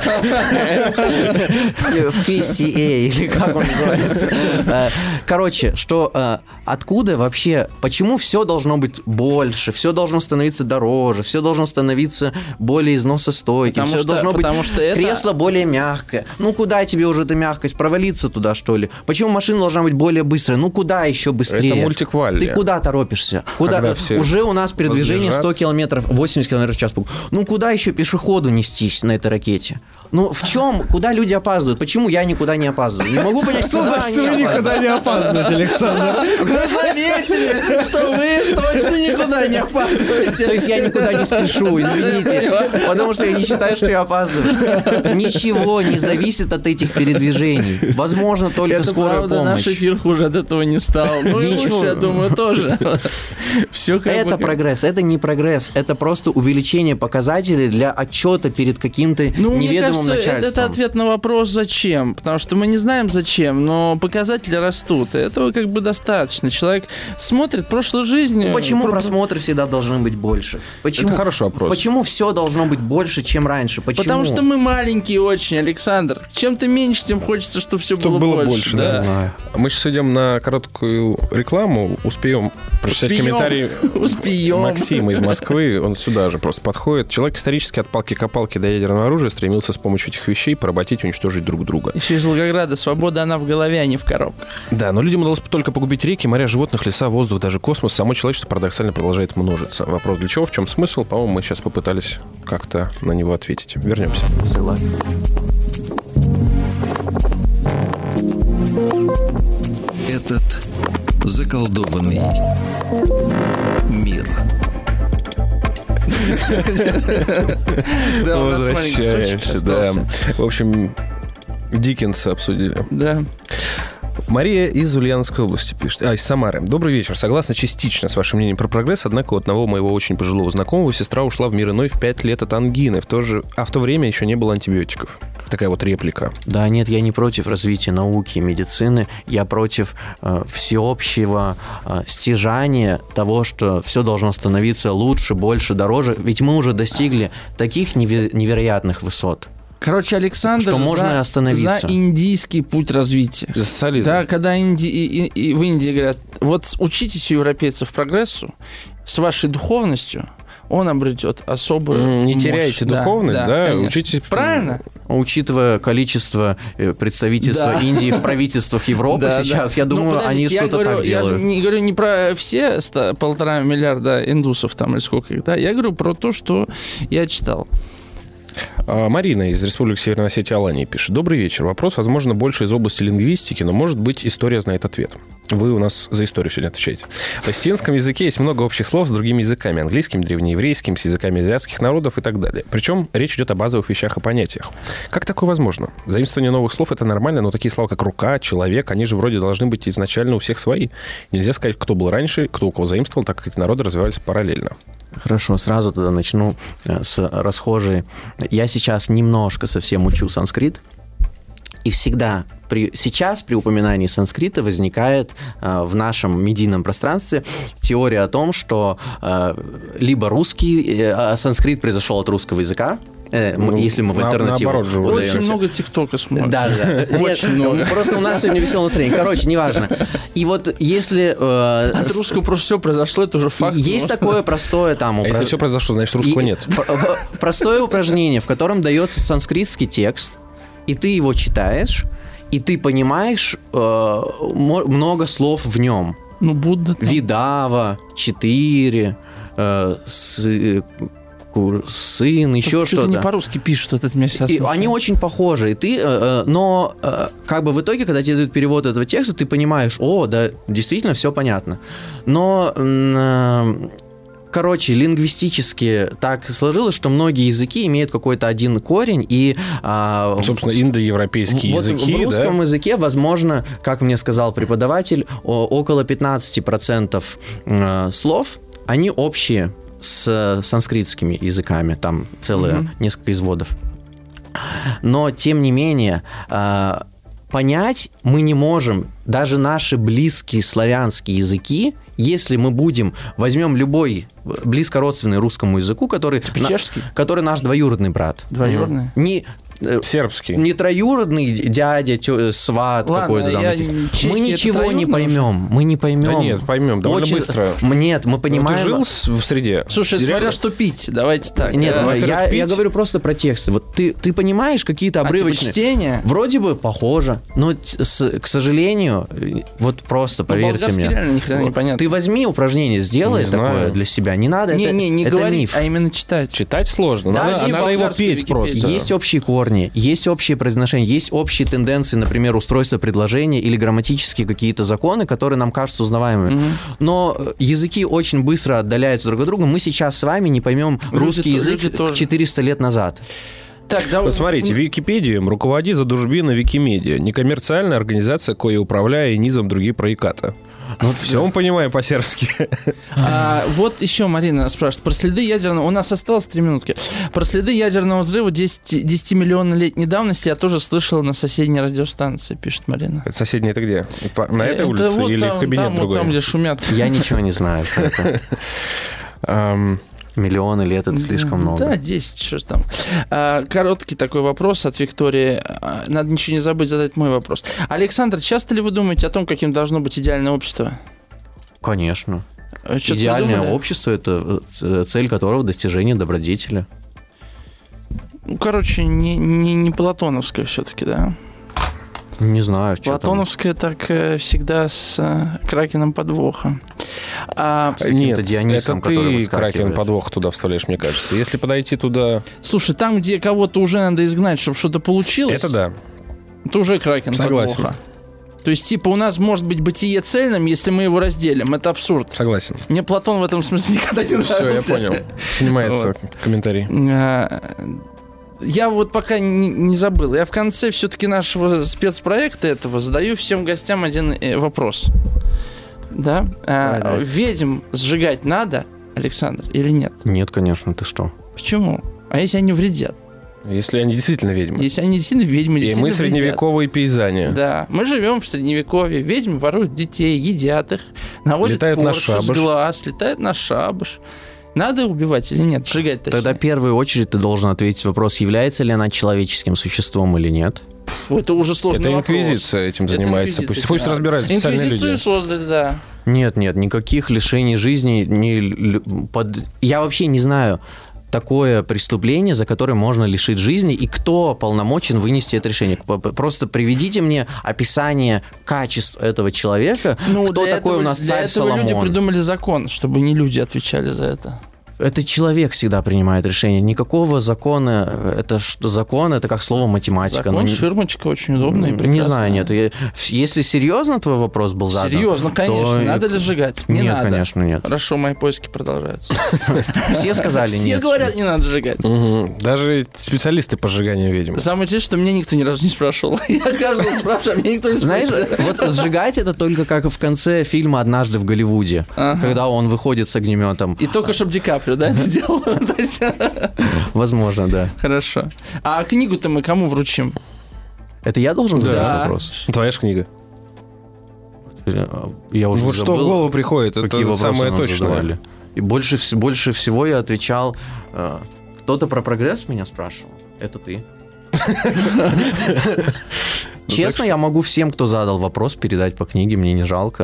эф си эй, или как он называется. Короче, что откуда вообще, почему все должно быть больше, все должно становиться дороже, все должно становиться более износостойким, все должно быть кресло более мягкое. Ну, куда тебе уже эта мягкость? Провалиться туда, что ли? Почему машина должна быть более быстрая? Ну, куда еще быстрее? Это мультик Валли. Ты куда торопишься? Куда? Уже у нас передвижение сто километров, восемьдесят километров в час. Ну, куда еще пешеходу нестись на этой ракете? Ну, в чем? Куда люди опаздывают? Почему я никуда не опаздываю? Не могу понять, что значит, вы никуда не опаздываете, Александр? Вы заметили, что вы точно никуда не опаздываете. То есть я никуда не спешу, извините. Потому что я не считаю, что я опаздываю. Ничего не зависит от этих передвижений. Возможно, только скорая помощь. Наш эфир хуже от этого не стал. Ну и лучше, я думаю, тоже. Все как Это прогресс, это не прогресс. Это просто увеличение показателей для отчета перед каким-то ну, неведомым мне кажется, начальством. Это ответ на вопрос «зачем?». Потому что мы не знаем зачем, но показатели растут. И этого как бы достаточно. Человек смотрит прошлую жизнь. Ну, почему про... просмотры всегда должны быть больше? Почему? Это хороший вопрос. Почему все должно быть больше, чем раньше? Почему? Потому что мы маленькие очень, Александр. Чем ты меньше, тем хочется, чтобы все чтобы было, было больше. больше да. Да. Мы сейчас идем на короткую рекламу. Успеем прочитать Успеем. комментарий Успеем. Максима из Москвы. Он сюда же просто подходит. Человек исторически от палки-копалки до ядерного оружия стремился с помощью этих вещей поработить и уничтожить друг друга. Еще из Волгограда. Свобода, она в голове, а не в коробках. Да, но людям удалось только погубить реки, моря, животных, леса, воздух, даже космос. Само человечество парадоксально продолжает множиться. Вопрос для чего, в чем смысл? По-моему, мы сейчас попытались как-то на него ответить. Вернемся. Согласен. Этот заколдованный мир. Да, у нас возвращаемся, да. В общем, Диккенса обсудили. Да. Мария из Ульяновской области пишет. А, из Самары. Добрый вечер. Согласна частично с вашим мнением про прогресс, однако у одного моего очень пожилого знакомого сестра ушла в мир иной в пять лет от ангины. В то же... А в то время еще не было антибиотиков. такая вот реплика. Да, нет, я не против развития науки и медицины, я против э, всеобщего э, стяжания того, что все должно становиться лучше, больше, дороже, ведь мы уже достигли таких неверо- невероятных высот. Короче, Александр Что можно за, остановиться. за индийский путь развития. За социализм. Да, когда Инди, и, и, и в Индии говорят, вот учитесь у европейцев прогрессу, с вашей духовностью он обретет особую Не мощь. теряйте Да, духовность, да, да, конечно. учитесь... Правильно? Учитывая количество э, представительства Да. Индии в правительствах Европы Да, сейчас, да. я думаю, Ну, они подождите, я что-то говорю, так я делают. же не говорю не про все ста, полтора миллиарда индусов там или сколько их, да, я говорю про то, что я читал. А, Марина из Республики Северной Осетии Алании пишет. Добрый вечер. Вопрос, возможно, больше из области лингвистики, но, может быть, история знает ответ. Вы у нас за историю сегодня отвечаете. В осетинском языке есть много общих слов с другими языками. Английским, древнееврейским, с языками азиатских народов и так далее. Причем речь идет о базовых вещах и понятиях. Как такое возможно? Заимствование новых слов — это нормально, но такие слова, как рука, человек, они же вроде должны быть изначально у всех свои. Нельзя сказать, кто был раньше, кто у кого заимствовал, так как эти народы развивались параллельно. Хорошо, сразу тогда начну э, с расхожей. Я сейчас немножко совсем учу санскрит, и всегда при, сейчас при упоминании санскрита возникает э, в нашем медийном пространстве теория о том, что э, либо русский, э, санскрит произошел от русского языка, э, Ну, если мы в на- альтернативу наоборот же, Очень выдаемся. много тиктока смотрят. Да, да. Очень Нет, много. Просто у нас сегодня веселое настроение. Короче, неважно. И вот если... э, От с- русского просто все произошло, это уже факт. Есть Можно- такое простое там... А упра- если все произошло, значит, русского И нет. п- п- Простое упражнение, в котором дается санскритский текст, и ты его читаешь, и ты понимаешь э, мо- много слов в нем. Ну, Будда там. Видава, четыре, э, сы- ку- сын, еще Что-то что-то. не по-русски пишут, вот это меня сейчас И смущает. они очень похожи, и ты, э, э, но э, как бы в итоге, когда тебе дают перевод этого текста, ты понимаешь, о, да, действительно все понятно. Но, м, э, короче, лингвистически так сложилось, что многие языки имеют какой-то один корень, и а, Собственно, индоевропейские вот языки, в русском да? языке, возможно, как мне сказал преподаватель, о- около пятнадцать процентов э, слов, они общие с санскритскими языками, там целые Мгм. несколько изводов. Но, тем не менее, э, понять мы не можем даже наши близкие славянские языки, если мы будем, возьмем любой близко родственный русскому языку, который, на- Чешский? который наш двоюродный брат. Двоюродный? Не, э, Сербский. не троюродный дядя, тё- сват Ладно, какой-то там. я- каких- Чехия Мы это ничего не троюродный поймем. Мы не поймем. Да нет, поймем, довольно Очень- быстро. Нет, мы Ну, ты понимаем. жил с- в среде? Слушай, это Реально? смотря что пить, давайте так. Нет, Э, ну, во-первых, я, я пить- говорю просто про тексты. Вот ты, ты понимаешь какие-то а типа обрывочные. чтение? Вроде бы похоже, но, т- с- к сожалению, э, вот просто Ну, поверьте болгарский мне. реально ни хрена не Вот понятно. Ты возьми упражнение, сделай Не такое знаю. для себя. Не надо, Не, это, не, не это говорить, миф. а именно читать. Читать сложно. Да, Надо, есть надо его болгарская петь Википедия. просто. Есть общие корни, есть общие произношения, есть общие тенденции, например, устройства предложения или грамматические какие-то законы, которые нам кажутся узнаваемыми. Мгм. Но э, языки очень быстро отдаляются друг от друга. Мы сейчас с вами не поймем Люди русский то- язык люди тоже. четыреста лет назад. Так, да, Вот смотрите, Википедию руководит задужбина Викимедиа, некоммерциальная организация, кое управляя и низом другие проеката. Ну, все мы понимаем по-сербски. А, вот еще Марина спрашивает про следы ядерного. У нас осталось три минутки. Про следы ядерного взрыва десятимиллионнолетней давности я тоже слышала на соседней радиостанции, пишет Марина. Это соседний это где? По- На этой Это улице вот или там, в кабинет там, вот другой? там, где шумят. Я ничего не знаю про это. Ам, Миллионы лет — это слишком много. Да, десять, что ж там. А, короткий такой вопрос от Виктории. А, надо ничего не забыть задать мой вопрос. Александр, часто ли вы думаете о том, каким должно быть идеальное общество? Конечно. А, что-то Идеальное подумали? общество — это э, цель которого достижение добродетели. Ну, короче, не, не, не платоновское все-таки, да? Не знаю, что там. Платоновская так э, всегда с э, кракеном подвоха. А, С каким-то Нет, Дионисом, это который ты выскакивает. кракен подвох туда вставляешь, мне кажется. Если подойти туда, слушай, там, где кого-то уже надо изгнать, чтобы что-то получилось, это да. это уже кракен Согласен. подвоха. То есть, типа, у нас может быть бытие цельным, если мы его разделим. Это абсурд. Согласен. Мне Платон в этом смысле никогда не нравился. Все, я понял. Снимается комментарий. А, Я вот пока не, не забыл. Я в конце все-таки нашего спецпроекта этого задаю всем гостям один э, вопрос. Да? А, Давай, давай. ведьм сжигать надо, Александр, или нет? Нет, конечно, ты что? Почему? А если они вредят? Если они действительно ведьмы. Если они действительно ведьмы, И действительно мы средневековые пейзане. Да, мы живем в средневековье, ведьмы воруют детей, едят их, наводят Летают на порчу с шабаш. глаз, летают на шабаш. Надо убивать или нет? Сжигать точнее. Тогда в первую очередь ты должен ответить вопрос, является ли она человеческим существом или нет. Фу, это уже сложный Это вопрос. инквизиция этим Это занимается. инквизиция, Пусть, пусть да. разбираются специальные Инквизицию люди. создали, да. Нет, нет, никаких лишений жизни. Не, лю- под... Я вообще не знаю такое преступление, за которое можно лишить жизни, и кто полномочен вынести это решение. П- п- Просто приведите мне описание качеств этого человека, Ну, кто для такой этого- у нас для царь этого люди Соломон. придумали закон, чтобы не люди отвечали за это. Это человек всегда принимает решение. Никакого закона, это что закон, это как слово математика. Закон, Ну, не- ширмочка очень удобная и прекрасная. Не знаю, нет. Я- Если серьезно твой вопрос был задан... Серьезно, конечно. то- Надо ли сжигать? Не Нет, надо. конечно, нет. Хорошо, мои поиски продолжаются. Все сказали Все нет. говорят, не надо сжигать. Мгм. Даже специалисты по сжиганию ведьм. Самое интересное, что меня никто ни разу не спрашивал. Я каждого спрашиваю, а меня никто не Знаешь, спрашивает. вот сжигать это только как в конце фильма «Однажды в Голливуде», Ага. когда он выходит с огнеметом. И только чтобы Ди Каприо, да, это делал? То есть, Возможно, да. Хорошо. А книгу-то мы кому вручим? Это я должен задать Да. вопрос? Твоя же книга. Я уже Вот что в забыл, голову приходит, какие это вопросы самое нам точное. задавали. И больше, вс- больше всего я отвечал... э, Кто-то про прогресс меня спрашивал? Это ты. Честно, я могу всем, кто задал вопрос, передать по книге, мне не жалко.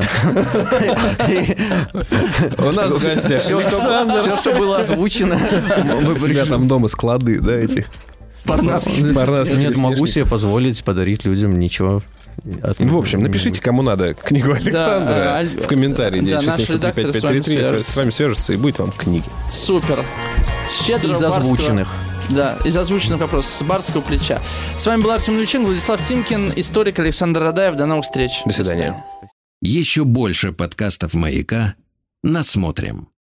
У нас в гостях Все, Александр. что, все, что было озвучено, мы У тебя пришли. там дома склады, да, этих? Парнасский. Парнасский Нет, могу смешник. себе позволить подарить людям ничего. от- В общем, напишите, кому надо книгу Александра Аль- в комментарии. да, наш девять редактор пять с вами три три свяжется. с вами свяжется, и будет вам книги. Супер. Щедро Из барского- озвученных. Да, из озвученных вопросов с барского плеча. С вами был Артем Левченко, Владислав Тимкин, историк Александр Радаев. До новых встреч. До свидания. Еще больше подкастов «Маяка» насмотрим.